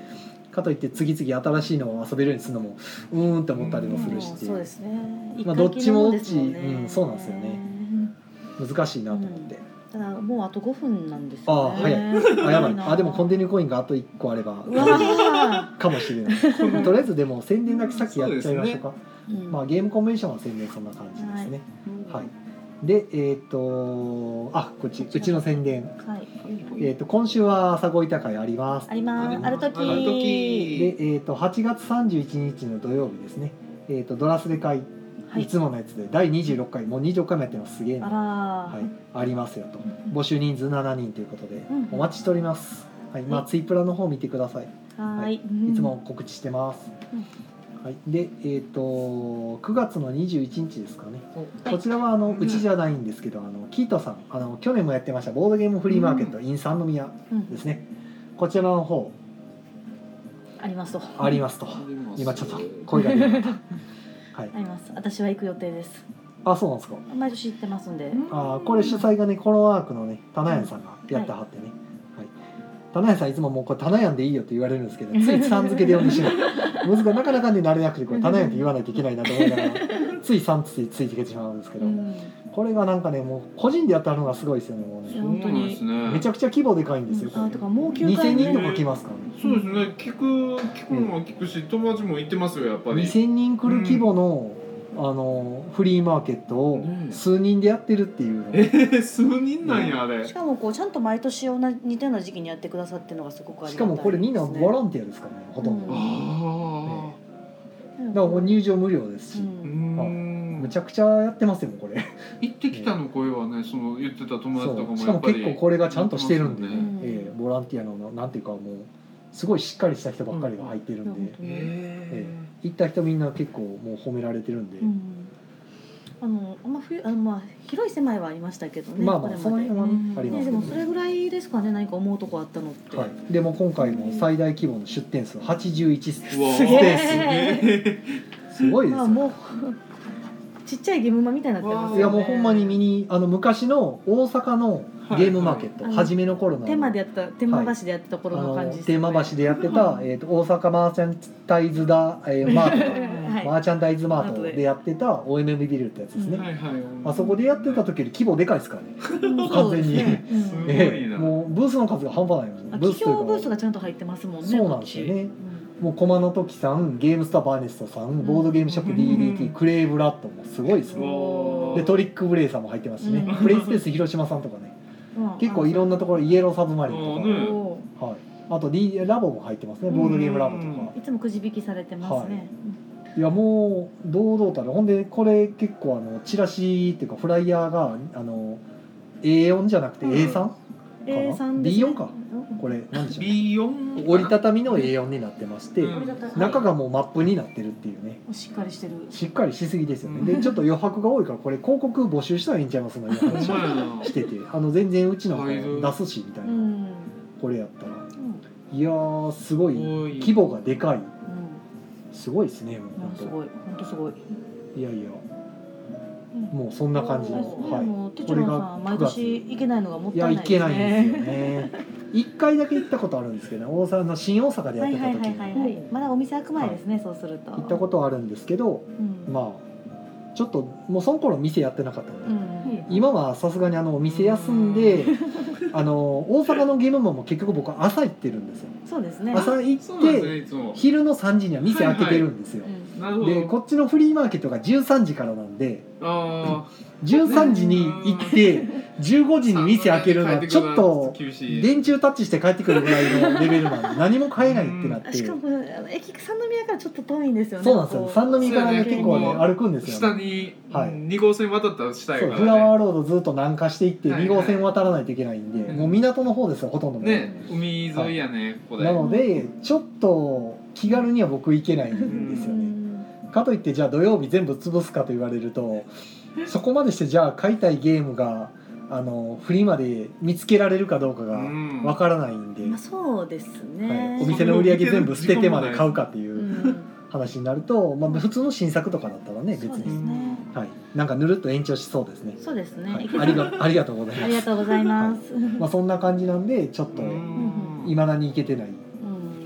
かといって次々新しいのを遊べるようにするのもうーんって思ったりもするし、 そうですね。 まあどっちもどっち、 一回きりのもんですもんねうん、そうなんですよね。難しいなと思って、 ただもうあとごふんなんですよね。 ああ早いあやばいあでもコンティニューコインがあといっこあればうわーかもしれないとりあえずでも宣伝だけさっきやっちゃいましょうか。 うんまあ、ゲームコンベンションは宣伝そんな感じですね。はい、でえっ、とあこっちうちの宣伝、 はいえっ、と今週は朝ごいた会あります。 あります。ある時。 ある時でえっ、とはちがつさんじゅういちにちの土曜日ですね。えっ、とドラスレ会、 はいいつものやつでだいにじゅうろっかいもうにじゅうろっかいもやってますすげえな。 あらはい、ありますよと募集人数しちにんということでうんお待ちしております。はい、まあツイプラの方見てください。 ー。はい。 いつも告知してます。はい、でえっ、とくがつのにじゅういちにちですかね。 はいこちらはあのうちじゃないんですけど、あのキートさんあの去年もやってましたボードゲームフリーマーケット in 三宮うんですね。こちらの方ありますと。 ありますと。今ちょっと声が出なかった。はいあ。ります。私は行く予定です。 あそうなんですか。 毎年行ってますんで。 あこれ主催がねコロワークのね棚屋さんがやってはってね。はい。棚屋さんいつももうこれ棚屋でいいよって言われるんですけど、ついさん付けで呼んでしまう。難しいなかなかね慣れなくてこれ棚屋って言わないといけないなと思いながらついさんついついてきてしまうんですけど、 うん。 これがなんかねもう個人でやってはるのがすごいですよねもうね。 いや本当にそうなんですね。 めちゃくちゃ規模でかいんですよ。 あとかもう9 にせん回にんとか来ますからね。 そうですね。聞く聞くのは聞くし、友達も行ってますよやっぱり。 にせんにん来る規模の、あのフリーマーケットをうん数人でやってるっていうのが、 えー、数人なんやあれ。 しかもこうちゃんと毎年同じ似たような時期にやってくださってるのがすごくありしがたいですね。 かもこれみんなボランティアですからねほとんど、 うんだあからもう入場無料ですし、 うあ。うんん。 むちゃくちゃやってますよこれ行ってきたの声はね、その言ってた友達とかもそうしかもやっぱり。 結構これがちゃんとしてるんで、ねうんええボランティアのなんていうかもうすごいしっかりした人ばっかりが入ってるんで、 うんえ行った人みんな結構もう褒められてるんで、 うんあのあんま冬あのまあ広い狭いはありましたけどね。 まあまあこれまでその辺はねうんありますけどねねでもそれぐらいですかね何か思うとこあったのって。 はい、でも今回の最大規模の出店数はちじゅういちスー。うわースペげーえスすごいですよ、 まあもうちっちゃいゲームマみたいになってますよね。 いやもうほんまにミニあの昔の大阪のゲームマーケット、 はいはい初めの頃の天満でやってた天満橋でやってた頃あの感じですの天満橋でやってた、えー、と大阪マーチャンダイズダ、えーマートか、 はいマーチャンダイズマートでやってた オーエムエム ビルってやつですね、 うんはいはい。 あそこでやってた時より規模でかいですからね、 うん完全にそうですねうんすごいえなーもうブースの数が半端ないよねあブースというか企業ブースがちゃんと入ってますもんね。 そうなんですよねこっちもう駒の時さんゲームスターバーネストさんボードゲームショップ ディーディーティー、 うんクレイブラッドもすごいですうんねおーでトリックブレイさんも入ってますしね、 うんプレイスペース広島さんとかねうん結構いろんなところイエローサブマリンとか、 あーねおはい、あと D ラボも入ってますねボードゲームラボとかーいつもくじ引きされてますね。 いやもう堂々たるほんでこれ結構あのチラシっていうかフライヤーがあの エーよん じゃなくて エーさん、 うん エーさんですねビーよん かうんこれなんでしょう、 ビーよん。 折りたたみの エーよん になってまして、 うん折りたたみ中がもうマップになってるっていうねしっかりしてる。 しっかりしすぎですよね、 うんでちょっと余白が多いからこれ広告募集したらいいんちゃいますのいうほんま話をやな。 しててあの全然うちの方だいぶ出すしみたいうな、 ん。 これやったらうんいやーすごい多い規模がでかいうんすごいですねもううんす本ごい本当すごい。 当いやいやうんもうそんな感じです、はいもうテチロンさん毎年行けないのがもっいやたいない行けないんですよね一回だけ行ったことあるんですけど大阪の新大阪でやってた時はいはいはいはいはいにまだお店開く前ですね、そうすると行ったことはあるんですけどうんまあちょっともうその頃店やってなかったんで、 うん今はさすがにあのお店休んであの大阪のゲームマンも結局僕は朝行ってるんですよそうですね朝行そうなんですねっていつも。 昼のさんじには店開けてるんですよ、 うんなるほど。 でこっちのフリーマーケットがじゅうさんじからなんであじゅうさんじに行ってじゅうごじに店開けるのはちょっと厳しい。 電柱タッチして帰ってくるぐらいのレベルなんで何も買えないってなってしかもあの駅三宮からちょっと遠いんですよねそうなんですよここ三宮からねそうやね結構ねここ歩くんですよね下にはいに号線渡ったら下やそうからね。 フラワーロードずっと南下していってはいに号線渡らないといけないんで、 うんもう港の方ですよほとんどもうね、海沿いやね、ここで。 なのでちょっと気軽には僕行けないんですよね、かといってじゃあ土曜日全部潰すかと言われるとそこまでしてじゃあ買いたいゲームがあのフリマで見つけられるかどうかがうんわからないんで、 まあそうですはいね、 お店の売り上げ全部捨ててまで買うかっていううん話になると、まあ、普通の新作とかだったらね別そうですに、 ねはい、なんかぬるっと延長しそうですね、 そうですね、 はい、ありがありがとうございあますりがとうございます、 まあ、そんな感じなんでちょっとうんいまだに行けてないうん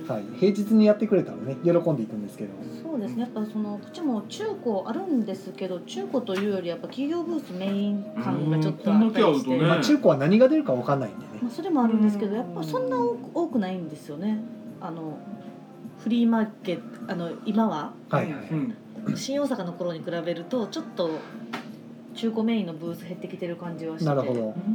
はい、平日にやってくれたらね喜んでいくんですけど。 そうですね、やっぱそのこっちも中古あるんですけど、中古というよりやっぱ企業ブースメイン感がちょっとあったりして、 うんまあ、中古は何が出るか分かんないんでね、 まあ、それもあるんですけど、やっぱそんな多く多くないんですよね。あのフリーマーケット、あの今は、 はいはい、 うん、 新大阪の頃に比べるとちょっと中古メインのブース減ってきてる感じはしてて、 なるほど、 うん、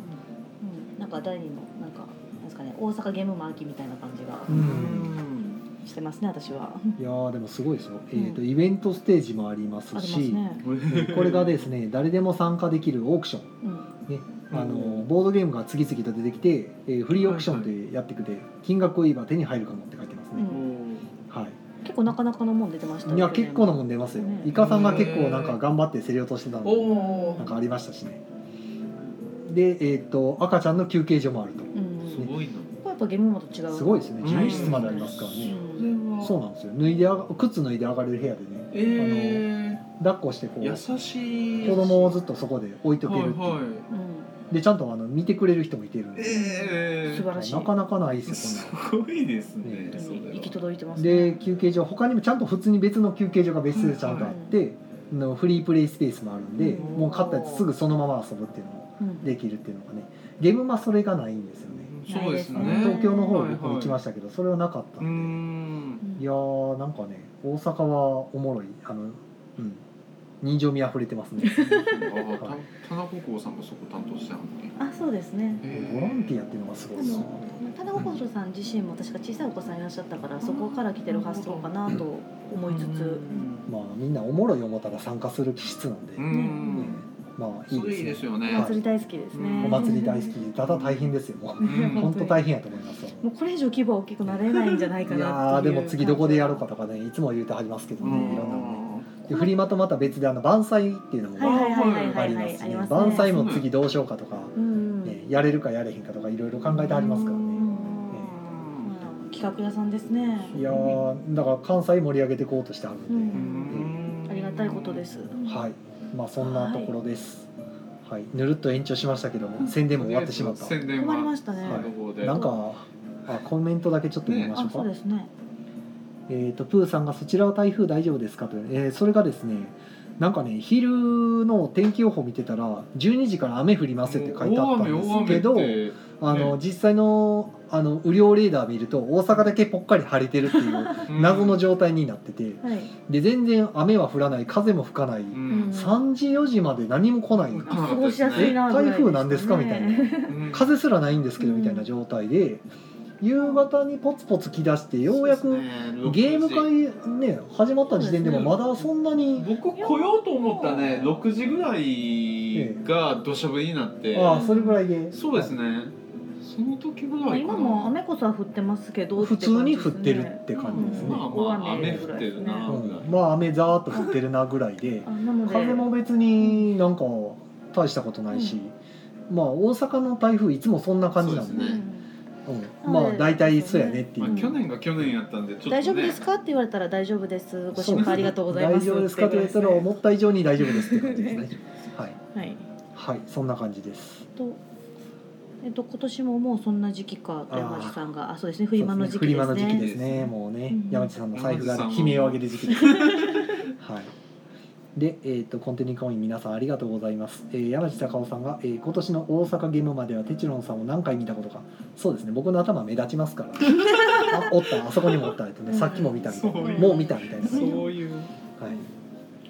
なんか第二のなんかなんですかね、大阪ゲームマーキーみたいな感じがしてますね、私は。 いやーでもすごいですよ、えーと、イベントステージもありますし、 ありますね、 これがですね誰でも参加できるオークション、 うんね、あのボードゲームが次々と出てきて、えーフリーオークションでやってくて、金額を言えば手に入るかもって書いてますね、 うんはい、 結構なかなかのもん出てましたよ。 いや結構なもん出ますよ、 ね、 イカさんが結構なんか頑張って競り落としてたのでおなんかありましたしね。で、えー、と赤ちゃんの休憩所もあると、 うん、 すごいな。 これやっぱゲームマと違う。 すごいですね、 うん自由室までありますからね、 うんそうなんですよ、脱いであが靴脱いで上がれる部屋でね、 えあの抱っこしてこうー、優しい子供をずっとそこで置いとけるっていう、 はいはい、 うんでちゃんとあの見てくれる人もいてるんで、 え素晴らしい。 なかなかないですすよこんなごいですね、 ねそれは行き届いてますね。 で休憩所他にもちゃんと普通に別の休憩所が別でちゃんとあって、のフリープレイスペースもあるんで、 うんもう買ったやつすぐそのまま遊ぶっていうのもうんできるっていうのがね、ゲームマそれがないんですよね、 そうですね、 東京の方にはいはい行きましたけどそれはなかったうーんで、 んいやーなんかね大阪はおもろい、あのうん人情味あふれてますねあた田中光さんもそこ担当してはんのね。 あ、そうですね。 ボランティアっていうのがすごいな。 あの田中心さん自身も確か小さいお子さんいらっしゃったから、そこから来てる発想かなと思いつつ、 まあみんなおもろい思ったら参加する気質なんで、 うねん、 まあいいそれいいでね。 ですすよね。 お祭り大好きですね。 お祭り大好きでただ大変ですよもう。 うん本当大変やと思いますわ。 もうこれ以上規模は大きくなれないんじゃないかいなやーっていう。 でも次どこでやるかとかねいつも言うてはりますけどね、 うんいろんなのね。でフリマとまた別であの晩祭っていうのもはいはいはいはいありまはいはいすね。 ありますね。 晩祭も次どうしようかとか、 うんね、やれるかやれへんかとかいろいろ考えてはりますからね。 うん企画屋さんですね。 いやーだから関西盛り上げていこうとしてはるうんで、 んありがたいことです。 はい、まあそんなところです。はい、ぬるっと延長しましたけども、宣伝も終わってしまった。 宣伝は困りましたね。 はい、なんかあコメントだけちょっと見ましょあ、 うか。 そうですね。 えっ、とプーさんがそちらは台風大丈夫ですかと、えー、それがですね、なんかね昼の天気予報見てたらじゅうにじから雨降りますって書いてあったんですけど、あの、ね、実際のあの雨量レーダー見ると大阪だけぽっかり晴れてるっていう謎の状態になってて、 はい、 で全然雨は降らない風も吹かない、うん、さんじよじまで何も来ない、 過ごしやすいな台風なんですかみたいな、風すらないんですけどみたいな状態で、夕方にポツポツ来だしてようやくゲーム会ね始まった時点でもまだそんなに、 僕来ようと思ったねろくじぐらいが土砂降りになって、 ああそれぐらいで、 そうですね、その時ぐらいかな。 今も雨こそは降ってますけど普通に降ってるって感じですね。 まあまあ雨降ってるな、 うん、まあ雨ざーっと降ってるなぐらいで、風も別になんか大したことないし、まあ大阪の台風いつもそんな感じなんで、うん、まあ大体そうやねっていう、 まあ、去年が去年やったんでちょっと、ね、 大丈夫ですかって言われたら大丈夫です、ご心配ありがとうございます。 大丈夫ですかって言われたら思った以上に大丈夫ですって感じですねはい、 はい、 はい、そんな感じですとえっと、今年ももうそんな時期かと山地さんがあそうですねフリマの時期ですね。 フリマの時期ですね。もうね、うん、山地さんの財布が悲鳴を上げる時期ですはいで、えーと、コンテニコイン皆さんありがとうございます、えー、山地隆夫さんが、えー、今年の大阪ゲームまではテチロンさんを何回見たことか。そうですね、僕の頭目立ちますからあおったあそこにもおったってね、さっきも見たみたいな、もう見たみたいな、 そういう、 はい、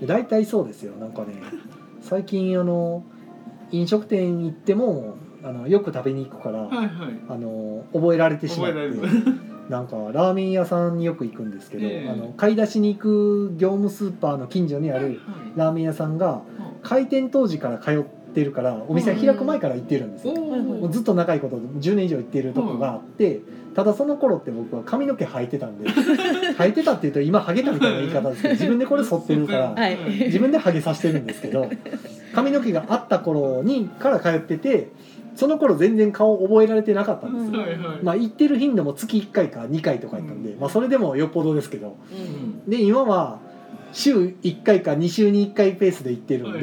大体そうですよ。なんかね最近あの飲食店行ってもあのよく食べに行くから、はいはい、あの覚えられてしまってなんかラーメン屋さんによく行くんですけど、えー、あの買い出しに行く業務スーパーの近所にあるラーメン屋さんが開店当時から通ってるからお店開く前から行ってるんですよ、うん、もうずっと長いことじゅうねん以上行ってるとこがあって、うん、ただその頃って僕は髪の毛生えてたんで生えてたっていうと今ハゲたみたいな言い方ですけど自分でこれ剃ってるから、はい、自分でハゲさせてるんですけど髪の毛があった頃にから通っててその頃全然顔覚えられてなかったんですよ、うん、まあ行ってる頻度も月いっかいかにかいとかやったんで、うん、まあそれでもよっぽどですけど、うん、で今は週いっかいかに週にいっかいペースで行ってるんで、はいはい、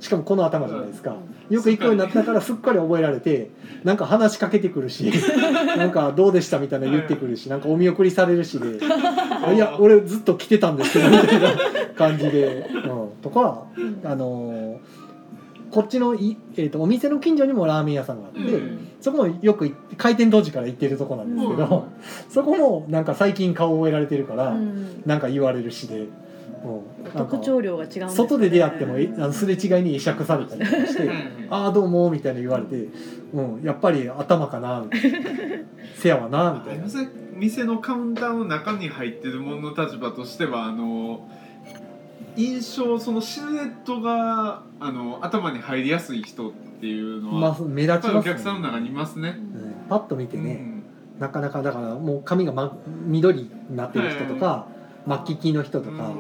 しかもこの頭じゃないですか、よく行くようになったからすっかり覚えられて、なんか話しかけてくるしなんかどうでしたみたいな言ってくるし、なんかお見送りされるしでいや俺ずっと来てたんですけどみたいな感じで、うん、とかあのこっちのい、えー、とお店の近所にもラーメン屋さんがあって、うん、そこもよく開店当時から行ってるとこなんですけど、うん、そこもなんか最近顔を覚えられてるから、うん、なんか言われるしで、うん、 特徴量が違うんですね。 外で出会ってもあのすれ違いに会釈されたりとかしてああどうもみたいな言われて、うん、やっぱり頭かなみたいなせやわなみたいな。 店のカウンターの中に入ってる者の立場としてはあの印象そのシルエットがあの頭に入りやすい人っていうのは、まあ、 目立ちますね。 お客さんの中にいますね、 うん、パッと見てね、うん、なかなかだからもう髪が、ま、緑になってる人とか、はい、末期の人とか、うん、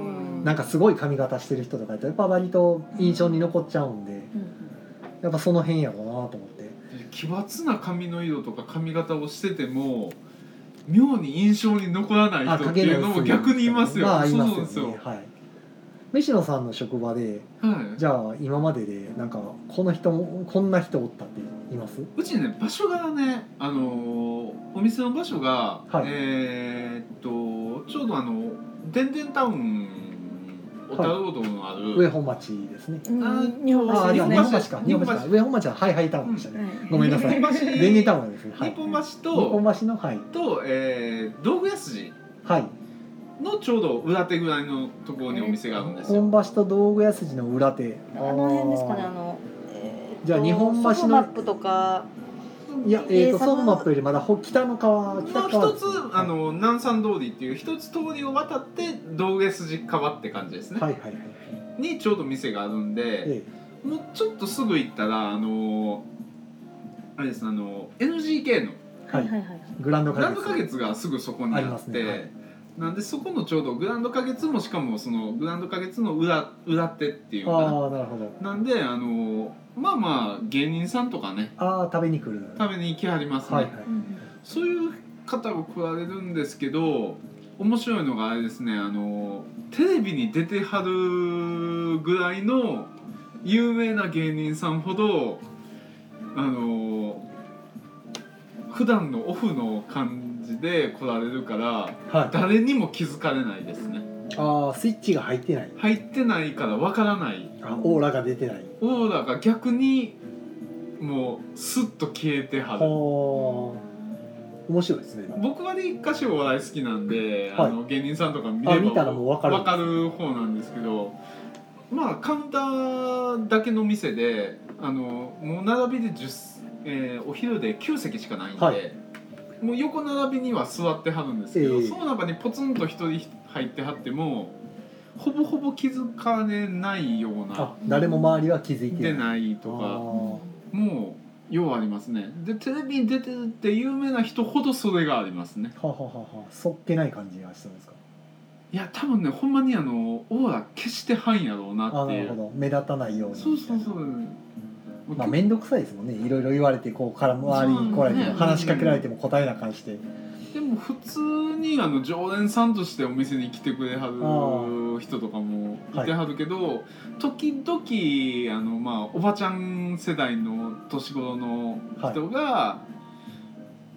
なんかすごい髪型してる人とかやっぱ割と印象に残っちゃうんで、うん、やっぱその辺やろうなと思って。 奇抜な髪の色とか髪型をしてても妙に印象に残らない人っていうのも逆にいますよ。 まあ、いますよね。そうですよ。はい。飯野さんの職場で、はい、じゃあ今まででなんかこの人もこんな人おったっています？ うちね場所がねあのお店の場所が、はい、えー、っとちょうどあのでんでんタウン小田ロードのある、はい、 上本町ですね。 あ日本橋ですね。 日本橋か日本橋か上本町はハイハイタウンでしたね。うん、ごめんなさい。でんでんタウンですね。 日本橋と日本橋のはいと、えー、道具屋筋。 はい。 のちょうど裏手ぐらいのところにお店があるんですよ。 本橋と道具屋筋の裏手。 あの辺ですかね。あの、 えー、じゃあ日本橋のソフマップとか。 いや、えーとソフマップよりまだ北の川北側一つあの南山通りっていう一つ通りを渡って道具屋筋川って感じですね。 はいはいはい。 にちょうど店があるんで、ええ、もうちょっとすぐ行ったらあのあれですねあの エヌジーケー の、 はいはいはい、グランド花月がすぐそこにあって。ありますね。はい、なんでそこのちょうどグランド花月もしかもそのグランド花月の 裏, 裏手っていうかな。 ああなるほど。 なんであのまあまあ芸人さんとかねあ食べに来る食べに行きはりますね、はいはい、そういう方が来られるんですけど面白いのがあれですねあのテレビに出てはるぐらいの有名な芸人さんほどあの普段のオフの感じで来られるから、はい、誰にも気づかれないですね。 ああスイッチが入ってない入ってないからわからない。 あオーラが出てない。 オーラが逆にもうスッと消えてはる。 面白いですね。 僕はね一箇所お笑い好きなんで、はい、あの芸人さんとか見れば見たらもう分かる分かる方なんですけど、まあカウンターだけの店であのもう並びでじゅう、えー、お昼できゅう席しかないんで、はい、もう横並びには座ってはるんですけど、えー、その中にポツンと一人入ってはってもほぼほぼ気づかれないような。 あ誰も周りは気づいてないないとかもうようありますね。でテレビに出てるって有名な人ほどそれがありますね。 ははははそっけない感じがしたんですか。 いや多分ねほんまにあのオーラ消してはんやろうなっていう。 あなるほど目立たないように。 そうそうそう。 まあ面倒くさいですもんね。いろいろ言われてこうから周りに来られて、ね、話しかけられても答えな感じで。 でも普通にあの常連さんとしてお店に来てくれはる人とかもいてはるけど、はい、時々あのまあおばちゃん世代の年頃の人が、はい、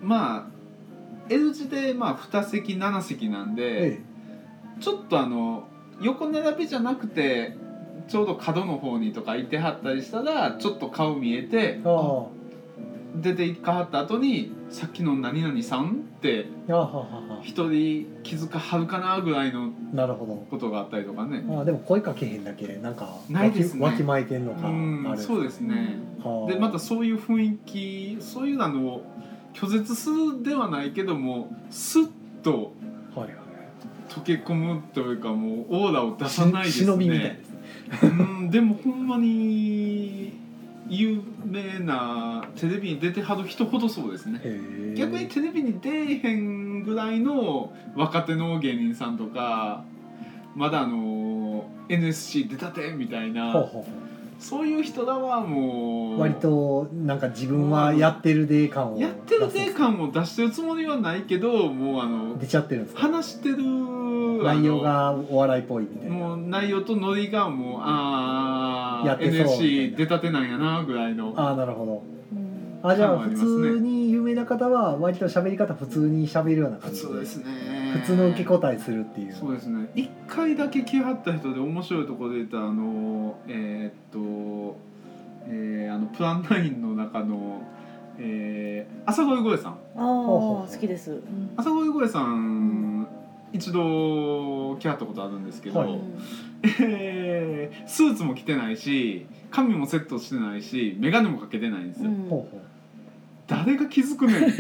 まあ L 字でまあに席なな席なんで、ええ、ちょっとあの横並びじゃなくてちょうど角の方にとかいてはったりしたらちょっと顔見えて出ていかはった後にさっきの何々さんって一人気づかはるかなぐらいのことがあったりとかね。 あでも声かけへんだけなんかないですね。 わきまいてんのかある。そうですね。でまたそういう雰囲気そういうのを拒絶するではないけどもスッと溶け込むというかもうオーラを出さないですね。 忍びみたいですね。 うんでもほんまに有名なテレビに出てはる人ほどそうですね。逆にテレビに出えへんぐらいの若手の芸人さんとかまだあの エヌエスシー 出たてみたいなそういう人らはもう割となんか自分はやってるで感をやってるで感を出してるつもりはないけどもうあの出ちゃってるんですか。 話してる内容がお笑いっぽいみたいな。 もう内容とノリがもうああやってそうエヌエイチシー 出たてなんやなぐらいの。 ああなるほど。 うんあじゃあ普感はありますね通に有名な方は割と喋り方普通に喋るような普感じで通ですね。 普通の受け答えするっていう。 そうですね。一回だけ来はった人で面白いところで言ったあのえー、っと、えー、あのプランナインの中の、えー、朝声声さん。 ああ好きです。うん朝声声さん、一度来はったことあるんですけど、 はいえースーツも着てないし髪もセットしてないし眼鏡もかけてないんですよ、 うんほうほ誰が気づくねんう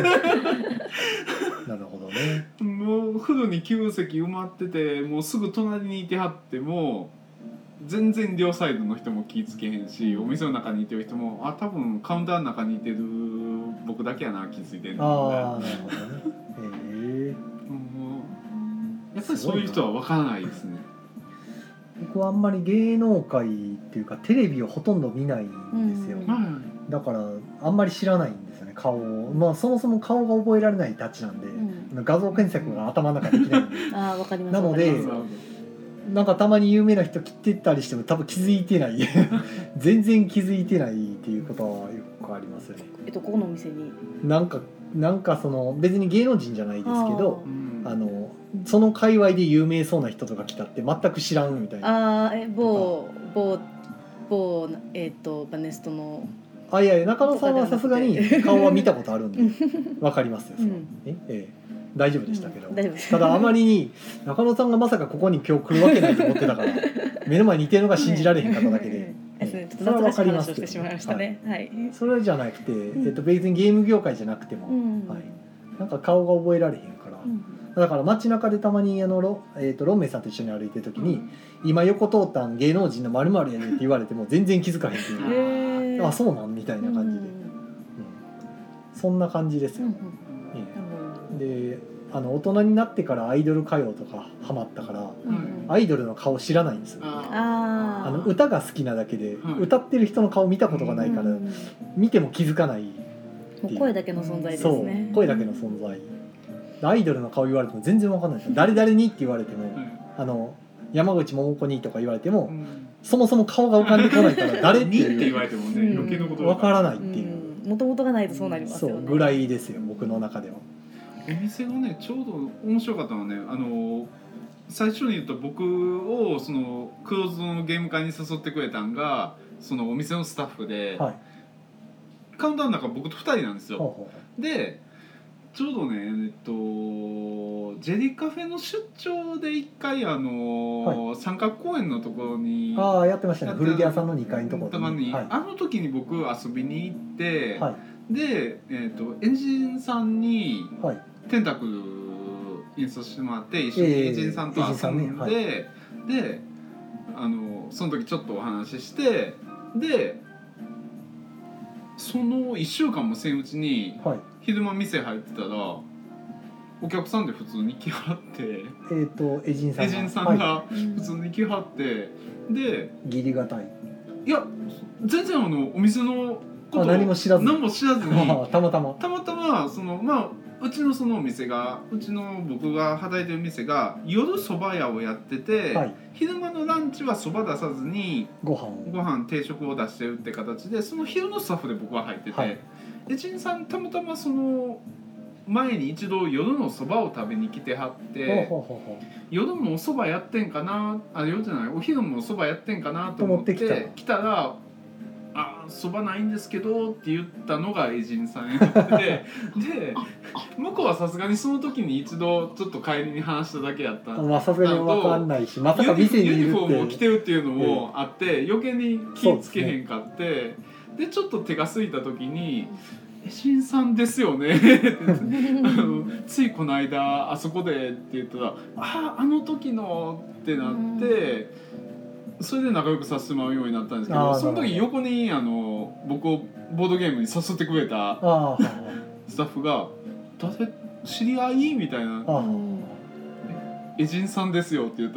なるほどね。 もうフルにきゅう席埋まっててもうすぐ隣にいてはっても全然両サイドの人も気ぃつけへんしお店の中にいてる人もあ多分カウンターの中にいてる僕だけやな気づいてるああなるほどね。へえ。 もうやっぱりそういう人は分からないですね。 僕はあんまり芸能界っていうかテレビをほとんど見ないんですよ、 うんはいだからあんまり知らないんですよね顔を。まあそもそも顔が覚えられないたちなんで、 うん画像検索が頭の中できないんでああわかります。 なのでわかりますなんかたまに有名な人切ってったりしても多分気づいてない全然気づいてないっていうことはよくありますよね。 えっとここのお店に。 なんかなんかその別に芸能人じゃないですけどうんあのその界隈で有名そうな人とか来たって全く知らんみたいな。 ああえ某某某えっとバネストの。 あいやいや中野さんはさすがに顔は見たことあるんでわかりますよ、それはうんえええ大丈夫でしたけど、 うん大丈夫です。 ただあまりに中野さんがまさかここに今日来るわけないと思ってたから目の前にいてるのが信じられへんかっただけで、 うんですねちょっとそれはわ懐かしいかりますけど話をしてしまいましたね。はい。 それじゃなくて、 んえっと、別にゲーム業界じゃなくても、 うんはい、なんか顔が覚えられへんから、 うんだから街中でたまにあのロ、えー、とロンメイさんと一緒に歩いてる時に、今横通ったん芸能人の〇〇やねんって言われても全然気づかへんっていう、 へえ。 あそうなんみたいな感じで、うんそんな感じですよ、 うんうんえうんえであの大人になってからアイドル歌謡とかハマったからうんうんアイドルの顔知らないんですよ。 ああーあの歌が好きなだけで、 はい歌ってる人の顔見たことがないから、 うん見ても気づかない。 もう声だけの存在ですそうね。 声だけの存在。アイドルの顔言われても全然わかんないですよ。誰々にって言われても、あの山口百子にとか言われても、そもそも顔が浮かんでこないから誰ってにって言いうわれてもね、 うん余計なことわからい。 ないっていう、 もともとがないとそうなりますよね。 そうぐらいですよ僕の中では。 お店がねちょうど面白かったのはねあの最初に言った僕をそのクローズドのゲーム会に誘ってくれたんがそのお店のスタッフで、 はい。 カウンターの中僕とふたりなんですよ。 ほうほでちょうどねえっとジェリカフェの出張で一回あの、三角公園のところにう。ああやってましたね。 やって古着屋さんのにかいのところたまに、 はい。 あの時に僕遊びに行って、 はいで、えっとエンジンさんにはい。 テンタクルインストしてもらって一緒にエンジンさんと遊んで、 ええエンジンさんねはいであのその時ちょっとお話ししてでそのいっしゅうかんもせんうちにはい。 昼間店入ってたらお客さんで普通に来はってえっ、とエジンさんが。 エジンさんはが普通に来はってでい、義理がたい。 いや全然あのお店のことあ何も知らずに何も知らずにたまたま。 たまたまそのまあうちのそのお店がうちの僕が働いてる店が夜蕎麦屋をやってて、 はい。 昼間のランチは蕎麦出さずにご飯を。 ご飯定食を出してるって形でその昼のスタッフで僕は入ってて、 はいエジンさんたまたまその前に一度夜の蕎麦を食べに来てはってほうほうほうほう。 夜もお蕎麦やってんかなあ夜じゃないお昼もお蕎麦やってんかなと思ってと思って来たら「あ蕎麦ないんですけど」って言ったのがエジンさんやってで向こうはさすがにその時に一度ちょっと帰りに話しただけやったまあさすがに分かんないし、まさかユニ店にいるユニフォームをって。 着てるっていうのもあって、余計に気ぃつけへんかってで,、ちょっと手が空いた時に「えしんさんですよね」ってあのついこの間あそこでって言ったら「あああの時の」ってなってそれで仲良くさせてもらうようになったんですけどあーその時横にあの僕をボードゲームに誘ってくれたああはいはいスタッフが「誰知り合い?」みたいなああうん 「エジンさんですよ」って言ったら「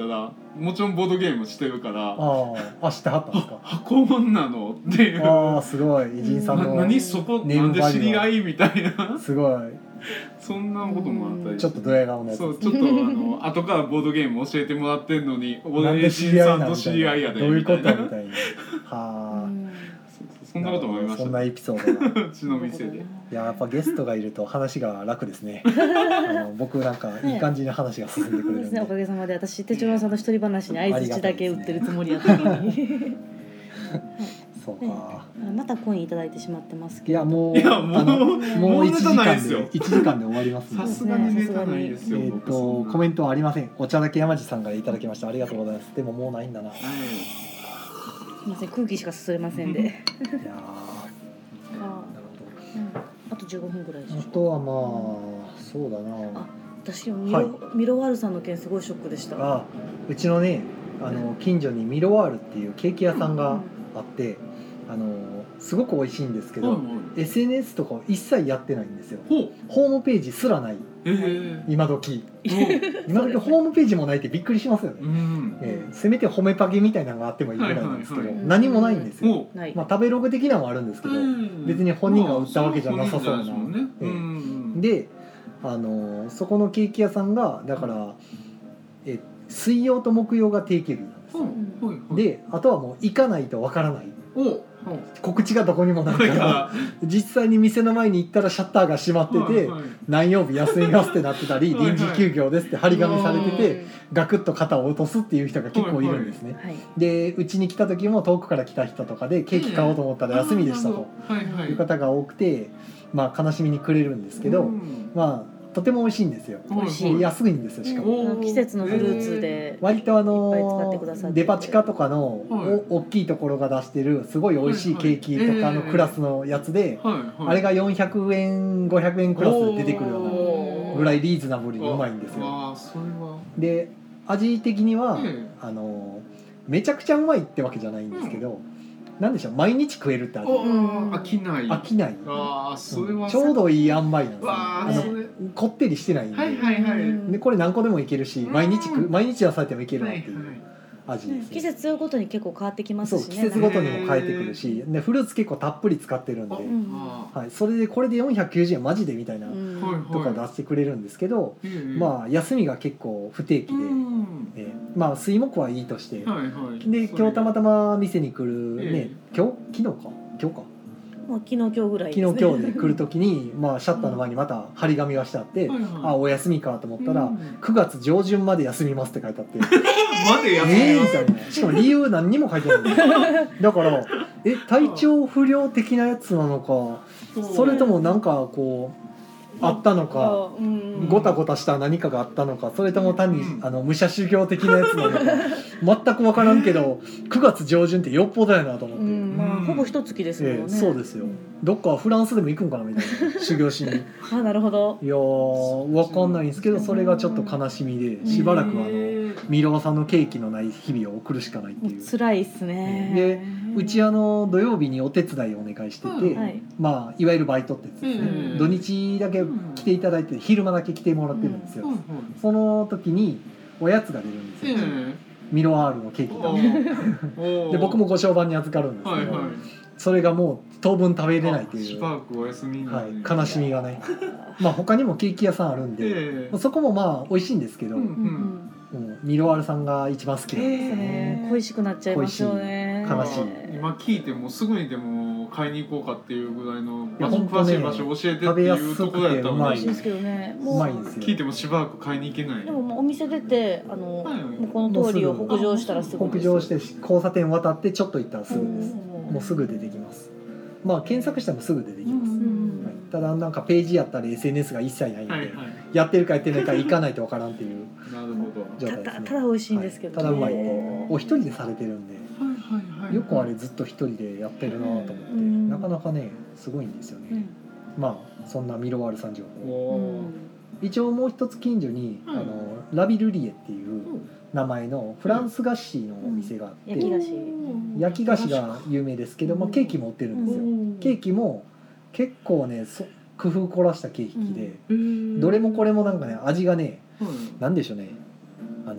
もちろんボードゲームしてるからあああ知ってはったんですか箱女のっていうああすごい偉人さんのな何そこなんで知り合いみたいなすごいそんなこともあったりちょっとドヤ顔のやつそうちょっとあの後からボードゲーム教えてもらってんのになんで知り合いなさんと知り合いやでどういうことみたいなみたいなはあそんなこともありましたそんなエピソードがうちの店でいややっぱゲストがいると話が楽ですねあの僕なんかいい感じに話が進んでくれるんで、 そうですね、おかげさまで私手帳さんの一人話に相づちだけ売ってるつもりやったのにそうか、 ね、またコインいただいてしまってますけどいやもういやもうあのもういちじかんでもうネタないですよいちじかんで終わりますんでさすがにネタないですよえっ、 僕そんなとコメントはありません。お茶だけ山地さんからいただきました。ありがとうございます。でももうないんだな。いはいすみません、空気しかすすれませんでやーあ、 なるうん、あとじゅうごふんぐらいでしょほど。あとはまあそうだなあ私ミロ、 はいミロワールさんの件すごいショックでした。 あうちのねあの近所にミロワールっていうケーキ屋さんがあって、あのすごく美味しいんですけど、 はいはいエスエヌエス とかを一切やってないんですよ。 ほうホームページすらないえー今時う今時ホームページもないってびっくりしますよね。 んえーせめて褒めパゲみたいなのがあってもいいぐらいなんですけど、 はいはいはい何もないんですよ。 ほうない。 まあ食べログ的なのはあるんですけど、別に本人が売ったわけじゃなさそうなまあそれは本人じゃないですもんねええうんで、あのーそこのケーキ屋さんがだからえ水曜と木曜が定休日なんですよ。 うんはいはいであとはもう行かないとわからないお告知がどこにもないかだからら実際に店の前に行ったらシャッターが閉まってて、 はいはい何曜日休みますってなってたりはいはい臨時休業ですって張り紙されててうガクッと肩を落とすっていう人が結構いるんですね。 んはい。 でうちに来た時も遠くから来た人とかでケーキ買おうと思ったら休みでしたとはいはいいう方が多くて、まあ悲しみにくれるんですけど、 うんまあとても美味しいんですよ。 美味しい安いんですよしかも。 おーあの季節のフルーツで、 割とあいっぱい使ってくださっててのデパ地下とかのはいお大きいところが出してるすごい美味しいケーキとかのクラスのやつで、 はいはいあれがよんひゃくえんごひゃくえんクラスで出てくるようなおーぐらいリーズナブルにうまいんですよ。 ああそれはで味的には、 ええあのめちゃくちゃうまいってわけじゃないんですけど、なんでしょう毎日食えるって味。 おー飽きない飽きない。 ああそれはちょうどいい塩梅なんですよ。 わああのそれこってりしてないんで。 はいはいはいうんでこれ何個でもいけるしうん毎日食う毎日野菜でもいけるはないっていうはい味です、ね季節ごとに結構変わってきまそうすしね。 季節ごとにも変えてくるしでフルーツ結構たっぷり使ってるんで、 うんあはい、それでこれでよんひゃくきゅうじゅうえんマジでみたいなうんはいとか出してくれるんですけど、 ええまあ休みが結構不定期で、 うんえーまあ水木はいいとして、 はいはいで今日たまたま店に来るね、 え今日昨日か今日かまあ昨日今日ぐらいですね。 昨日今日で来る時に、まあ、シャッターの前にまた張り紙がしてあって、 はいはいあお休みかと思ったら、 うんくがつ上旬まで休みますって書いてあってまでやってえーみますたいなしかも理由何にも書いてないんですよだからえ体調不良的なやつなのかそれともなんかこうあったのかあうんごたごたした何かがあったのかそれとも単にうんあの武者修行的なやつなのか全く分からんけどくがつ上旬ってよっぽどやなと思って、 うん、まあほぼ一月ですもんね。 ええそうですよどっかフランスでも行くんかなみたいな修行しにいやあ、なるほど。 ー分かんないんですけどそれがちょっと悲しみでしばらくはあのミロワさんのケーキのない日々を送るしかないっていう辛いっすね。 でうちあの土曜日にお手伝いをお願いしてて、 はい。 まあいわゆるバイトってやつですね、 うん土日だけ来ていただいて昼間だけ来てもらってるんですよ、 はいはいその時におやつが出るんですよ、 えミロアールのケーキがえで僕もご商売に預かるんですけど、 はいはいそれがもう当分食べれないという、 しばらくお休みになはるい、悲しみがねまあ他にもケーキ屋さんあるんで、 ええそこもまあ美味しいんですけど、 うんうんうん。 うんミロアールさんが一番好きなんですよそうね、 ね、恋しくなっちゃいますよね。 恋しい悲しい今聞いてもすぐにでも買いに行こうかっていうぐらいのいや場所ほんとね詳しい場所教えてって食べやいうすくてところやったのうまいに美味しいですけどね。もううまいんですよ聞いてもしばらく買いに行けないでももうお店出てあの、 はい向こうの通りを北上したらすぐです。 北上して交差点渡ってちょっと行ったらすぐです、 うんもうすぐ出てきますまあ検索してもすぐ出てきます、 うんはいただなんかページやったり エスエヌエス が一切ないんで、 はいはいやってるかやってないか行かないとわからんっていうなるほど状態ですねただただ美味しいんですけど、ねはいただうまいっていうお一人でされてるんではいはいはいよくあれずっと一人でやってるなと思って、 うんなかなかねすごいんですよね、 うんまあそんなミロワールさん情報おうんー一応もう一つ近所に、 うんあのラビルリエっていう名前のフランス菓子のお店があって、 焼き菓子焼き菓子が有名ですけど、まあ、ケーキも売ってるんですよ、ケーキも結構ねそ工夫凝らしたケーキで、どれもこれもなんかね味がねなんでしょうねあの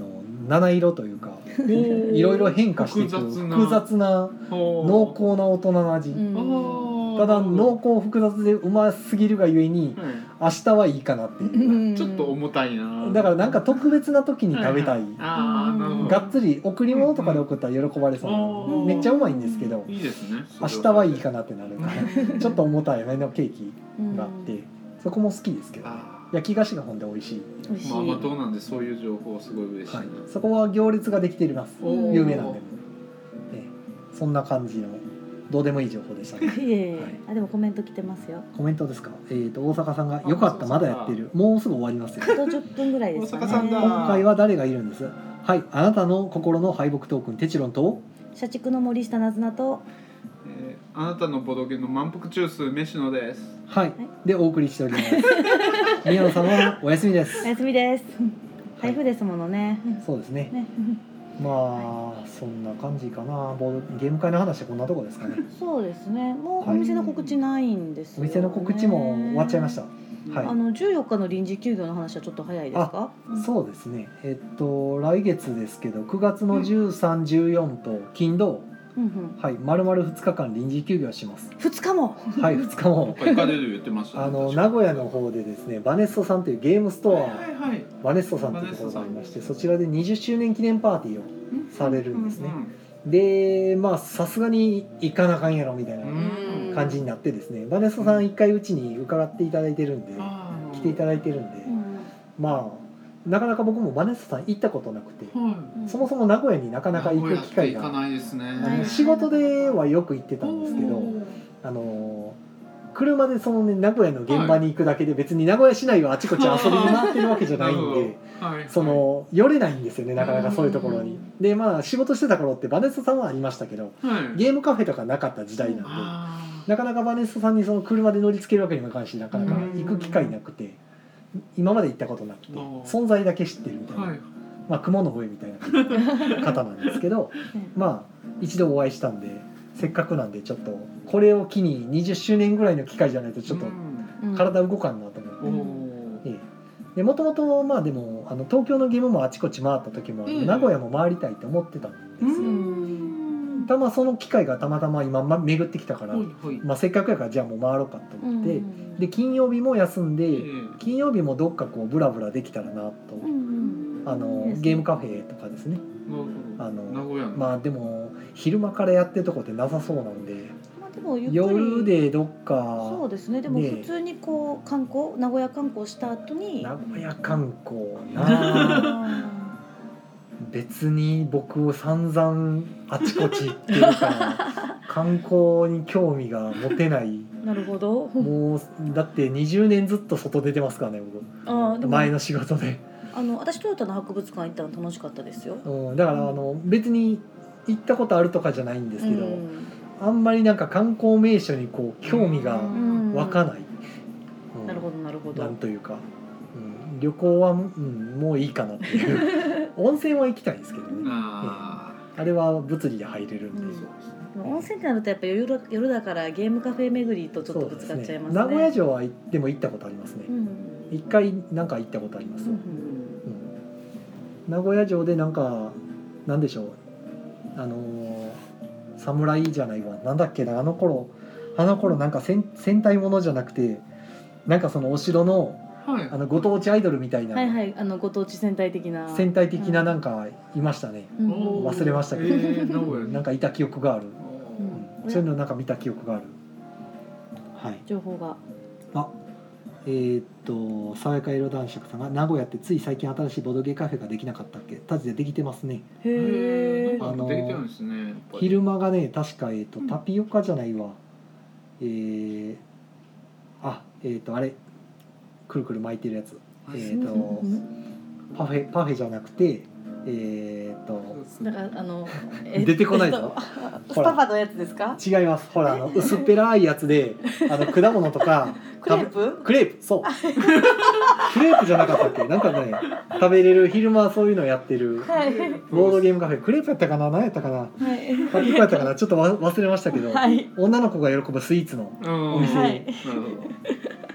七色というかいろいろ変化していく複雑な複雑な濃厚な大人の味、 うんただ濃厚複雑でうますぎるがゆえに明日はいいかなっていう、 ちょっと重たいな。 だからなんか特別な時に食べたい、 ああなるほど。 がっつり贈り物とかで送ったら喜ばれそうな、 うんめっちゃうまいんですけどいいですね。 明日はいいかなってなるからちょっと重たい目のケーキがあって、 うんそこも好きですけど、 あ焼き菓子がほんで美味しい、 美味しい。 まあ甘党なんでそういう情報すごい嬉しいな。 はい、そこは行列ができています、 おー有名なんで、ええ、そんな感じのどうでもいい情報でしたねいえいえ、 はいあでもコメント来てますよ。 コメントですか、えー、と大阪さんが「 あよかったそうそうまだやってるもうすぐ終わりますよ」 あとじゅっぷんぐらいですかね。 大阪さんだ今回は誰がいるんですはいあなたの心の敗北トークンテチロンと社畜の森下なずなと。 えーあなたのボドゲの満腹中枢飯野です。 はいでお送りしております宮野さんはお休みですお休みです。台風ですものね。 そうですねね。 まあそんな感じかなボードゲーム会の話はこんなとこですかねそうですね。もうはいお店の告知ないんですよ、ね。 お店の告知も終わっちゃいました、はいあのじゅうよっかの臨時休業の話はちょっと早いですか？うんそうですねえっと来月ですけどくがつのじゅうさん、じゅうよんと金土うんうん。 はい丸々ふつかかん臨時休業しますふつかも。 はいふつかどっもか行かれる言ってましたね。 あの確か名古屋の方でですねバネストさんというゲームストアはいはいはい。 バネストさんというところがありましてそちらでにじゅっしゅうねん記念パーティーをされるんですね、でまあさすがに行かなあかんやろみたいなうん感じになってですねバネストさん一回うちに伺っていただいてるんであー来ていただいてるんでうんまあなかなか僕もバネストさん行ったことなくてはい。 そもそも名古屋になかなか行く機会名古屋って行かがないですね。 あの仕事ではよく行ってたんですけどあの車でそのね名古屋の現場に行くだけで別に名古屋市内をあちこち遊びに回ってるわけじゃないんではいその寄れないんですよねなかなかそういうところに。でまあ仕事してた頃ってバネストさんはありましたけどはい。 ゲームカフェとかなかった時代なんであなかなかバネストさんにその車で乗り付けるわけにもいかんしなかなか行く機会なくて今まで行ったことなくてうん存在だけ知ってるみたいな、 ーはい。 まあ雲の上みたいな方なんですけどまあ一度お会いしたんでせっかくなんでちょっとこれを機ににじゅっしゅうねんぐらいの機会じゃないとちょっとうん体動かんなと思って。 おーええでもともとまあでもあの東京のゲームもあちこち回った時も、 うん名古屋も回りたいと思ってたんですよ、 うんたまその機会がたまたま今、ま、巡ってきたから、 はいはい。 まあ、せっかくやからじゃあもう回ろうかとうん思って、 うんで金曜日も休んで、 ええ金曜日もどっかこうブラブラできたらなと、 うんうんあのいいですねゲームカフェとかですねなるほど。 あの名古屋の。 まあでも昼間からやってるとこってなさそうなんでまあでもゆっくり夜でどっそうかですね。でもね普通にこう観光名古屋観光した後に名古屋観光な別に僕散々あちこち行ってるから観光に興味が持てないなるほど。 もうだってにじゅうねんずっと外出てますからねあーでも僕前の仕事で、 あの私トヨタの博物館行ったの楽しかったですよ。 うん、だからあの別に行ったことあるとかじゃないんですけど、 うんあんまりなんか観光名所にこう興味がうん湧かない、うんなるほどなるほど。 なんというか、うん、旅行は、うん、もういいかなっていう温泉は行きたいですけどねああれは物理で入れるんで、 うんあ。そうですね。 でも温泉ってなるとやっぱ夜夜だからゲームカフェ巡りとちょっとぶつかっちゃいますね。 名古屋城は行っても行ったことありますねうん一、回なんか行ったことあります、 うんうん名古屋城でなんかなんでしょうあのー侍じゃないわなんだっけなあの頃あの頃なんか戦戦隊ものじゃなくてなんかそのお城のはい。 あのご当地アイドルみたいな、 はいはいあのご当地戦隊的な戦隊的ななんかいましたね、 うんおー忘れましたけどえー名古屋になんかいた記憶がある、 うんうんそういうのなんか見た記憶があるはい情報が。 あえーっと爽やか色男爵さんが名古屋ってつい最近新しいボドゲカフェができなかったっけタジでできてますねへえ。 あのできてるんですね。やっぱり昼間がね確か、えーっとうんタピオカじゃないわえー、あえーっとあれくるくる巻いてるやつはいえーっとパフェパフェじゃなくてえーっとだからあのえ出てこないぞえっとスパパのやつですか？ 違いますほらあの薄っぺらいやつであの果物とかクレープ？ クレープそうクレープじゃなかったっけなんかね食べれる昼間そういうのやってるはいボードゲームカフェクレープやったかな何やったかなはいパピコやったかなちょっとわ忘れましたけど、 はい女の子が喜ぶスイーツのうんお店はいなるほど。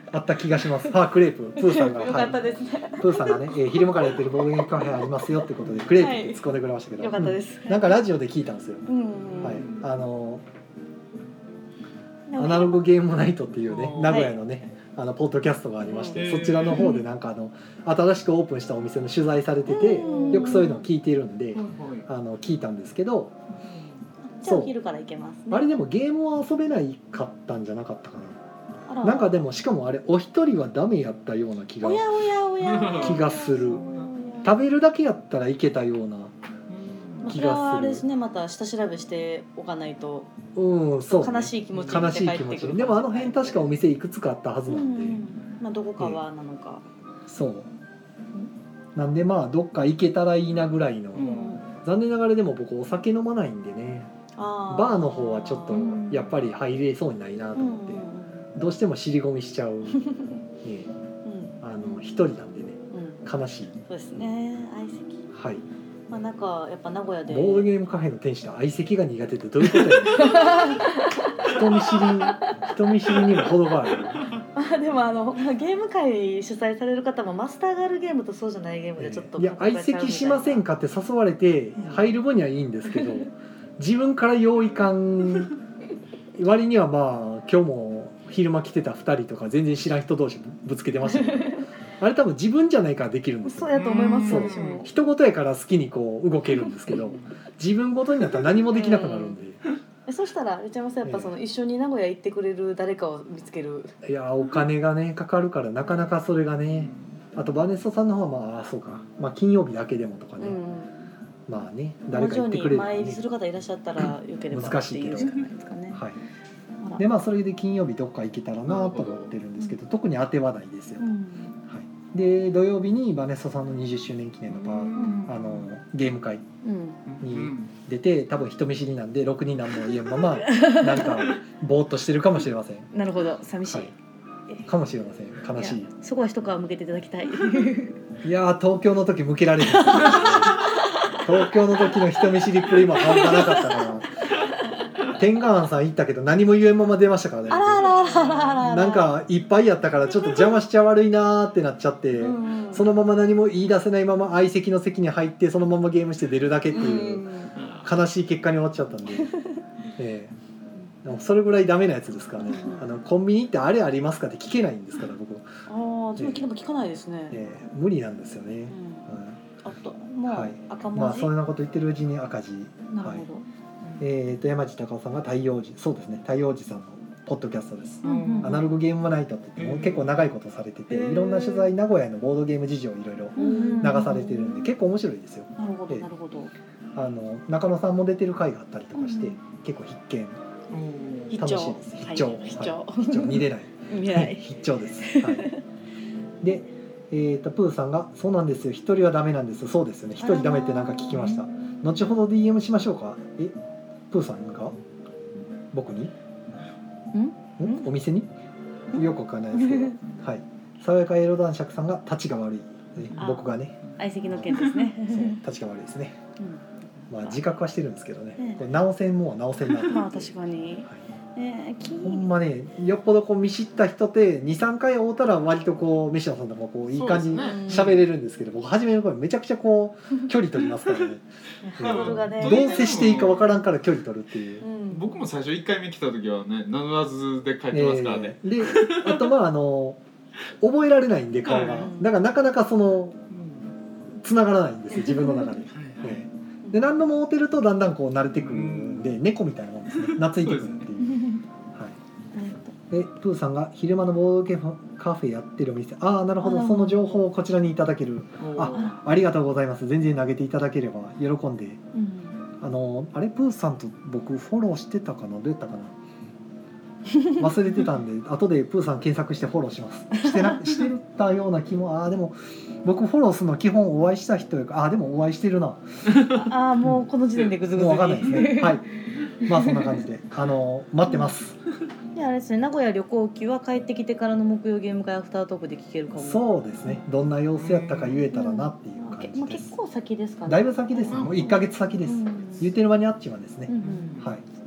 あった気がします。あ、クレーププーさんがよかったですね、 はい、プーさんがね、えー、昼間からやってるボードゲームカフェありますよってことでクレープって突っ込んでくれましたけど、 よかったです、 うん、なんかラジオで聞いたんですよ、 うんうん、 はい、あのアナログゲームナイトっていうね名古屋のね、はい、あのポッドキャストがありまして、そちらの方でなんかあの新しくオープンしたお店の取材されてて、よくそういうのを聞いているんで、あの聞いたんですけど、 じゃあお昼から行けますね。 あれでもゲームは遊べないかったんじゃなかったかな。なんかでもしかもあれお一人はダメやったような気がおやおやおや気がする。食べるだけやったらいけたような気がする。 あれですね、また下調べしておかないと、 うん、そう、ね、 悲しい気持ち悲しい気持ち。でもあの辺確かお店いくつかあったはずなんで、うんうん、 まあどこかはなのか、 えー、そうなんでまあどっか行けたらいいなぐらいの、うん、残念ながらでも僕お酒飲まないんでね、あバーの方はちょっとやっぱり入れそうにないなと思って、うん、どうしても尻込みしちゃう、ね、うん、あの一人なんでね、うん、悲しい。 そうですね、相席、 はい、 まあ、なんかやっぱ名古屋でボードゲームカフェの店主と相席が苦手ってどういうことやね人見知り人見知りにも程がある。 あでもあのゲーム会主催される方もマスターがあるゲームとそうじゃないゲームでちょっと、 えー、いや相席しませんかって誘われて入る分にはいいんですけど、自分から用意感割にはまあ今日も昼間来てたふたりとか全然知らん人同士ぶつけてましたけどあれ多分自分じゃないからできるんですよ。 そうやと思います。 そう人事やから好きにこう動けるんですけど自分事になったら何もできなくなるんで、 えそしたられちゃいますやっぱその一緒に名古屋行ってくれる誰かを見つける。 いやお金がねかかるからなかなかそれがね、あとバネストさんの方はまあそうか、まあ、金曜日だけでもとかね、うん、まあね誰か言ってくれる、ね、 前入りする方いらっしゃったらよければ難しいけど、 ね、 はい、でまあそれで金曜日どっか行けたらなと思ってるんですけど、特に当てはないですよ、うん、はい、で土曜日にバネストさんのにじゅっしゅうねん記念のパー、うん、あのゲーム会に出て、多分人見知りなんでろくに何も言えんままなんかぼーっとしてるかもしれません。 なるほど、寂しい、はい、 かもしれません。悲しい。いそこは一皮向けていただきたいいや東京の時向けられる東京の時の人見知りっぷりも半端なかったから天下庵さん行ったけど何も言えんまま出ましたからね。 あらあらあらあらあら、 なんかいっぱいやったからちょっと邪魔しちゃ悪いなーってなっちゃって、うん、そのまま何も言い出せないまま相席の席に入ってそのままゲームして出るだけっていう悲しい結果に終わっちゃったんで、えー、でもそれぐらいダメなやつですからね、うん、あのコンビニってあれありますかって聞けないんですから僕。 ああ、ちょっと聞かないですね、 えー、無理なんですよね、うんうん、 あともう、はい、赤文字、 まあそんなこと言ってるうちに赤字。 なるほど、はい、 えー、と山地隆夫さんが太陽寺、そうですね、太陽寺さんのポッドキャストです、 うんうんうん、 アナログゲームナイトって言っても結構長いことされてて、いろんな取材名古屋のボードゲーム事情をいろいろ流されてるんで結構面白いですよ。 なるほどなるほど。 あの中野さんも出てる回があったりとかして、うん、結構必見、楽しいです。必聴、はい、必聴、必聴見れない見れない必聴です、はい、で、えー、とプーさんがそうなんですよ、一人はダメなんですよ。そうですよね、一人ダメってなんか聞きました。後ほど ディーエム しましょうか。えプーさんが僕にんんお店によくわかんないですけどはい爽やかエロ男爵さんが立ちが悪い、ね、僕がね相席の件ですねそう立ちが悪いですね、うん、まあ自覚はしてるんですけどね、これ直せんもんは直せんなとまあ確かに、はいえー、ほんまねよっぽどこう見知った人って にさんかい会うたら割とこう飯野さんとかこういい感じに喋れるんですけど、僕初めの頃めちゃくちゃこう距離取りますからねハードルがね、 どう接していいかわからんから距離取るっていう、 うん、僕も最初いっかいめ来た時はね名乗らずで帰ってますからね、 えー、であとまああの覚えられないんで顔が、うん、だからなかなかその繋がらないんですよ自分の中で、えー、で何度も会うてるとだんだんこう慣れてくるんで、うん、猫みたいなもんですね、懐いてくるっていうでプーさんが昼間のボードゲームカフェやってるお店、ああなるほど、その情報をこちらにいただける、あありがとうございます。全然投げていただければ喜んで、うん、あのあれプーさんと僕フォローしてたかな、どうやったかな忘れてたんで後でプーさん検索してフォローします。してなしてたような気も、ああでも僕フォローするのは基本お会いした人よりか、あでもお会いしてるなああもうこの時点でグズグズに、 もう分かんないですねはいまあそんな感じであの待ってます。 であれですね、名古屋旅行記は帰ってきてからの木曜ゲーム会アフタートークで聞けるかも。 そうですね、どんな様子やったか言えたらなっていう感じです、 うん、結構先ですかね。 だいぶ先ですね、もういっかげつ先です、うん、言ってる間にあっちはですね、うんうん、はい、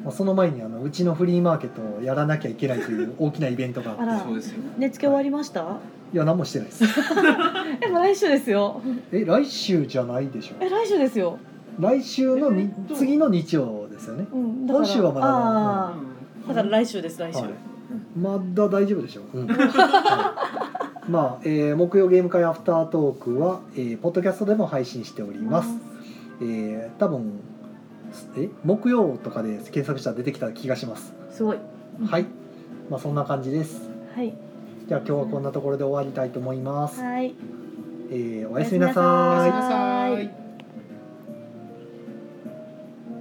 まあ、その前にあのうちのフリーマーケットをやらなきゃいけないという大きなイベントがあってあらそうですよ。 値付け終わりました？ いや何もしてないですえもう来週ですよ。 え来週じゃないでしょ。 え来週ですよ。 来週のにえーっと次の日曜ですよね。 うんだから今週はまだあうんーだから来週です来週。 はいまだ大丈夫でしょう、うんはいまあ、えー木曜ゲーム会アフタートークは、えーポッドキャストでも配信しております、えー多分え木曜とかで検索したら出てきた気がします、 すごい。 はい、まあ、そんな感じです。 はいじゃあ今日はこんなところで終わりたいと思います、 はい。 えーおやすみなさおやすみなさいいおやすみなさい。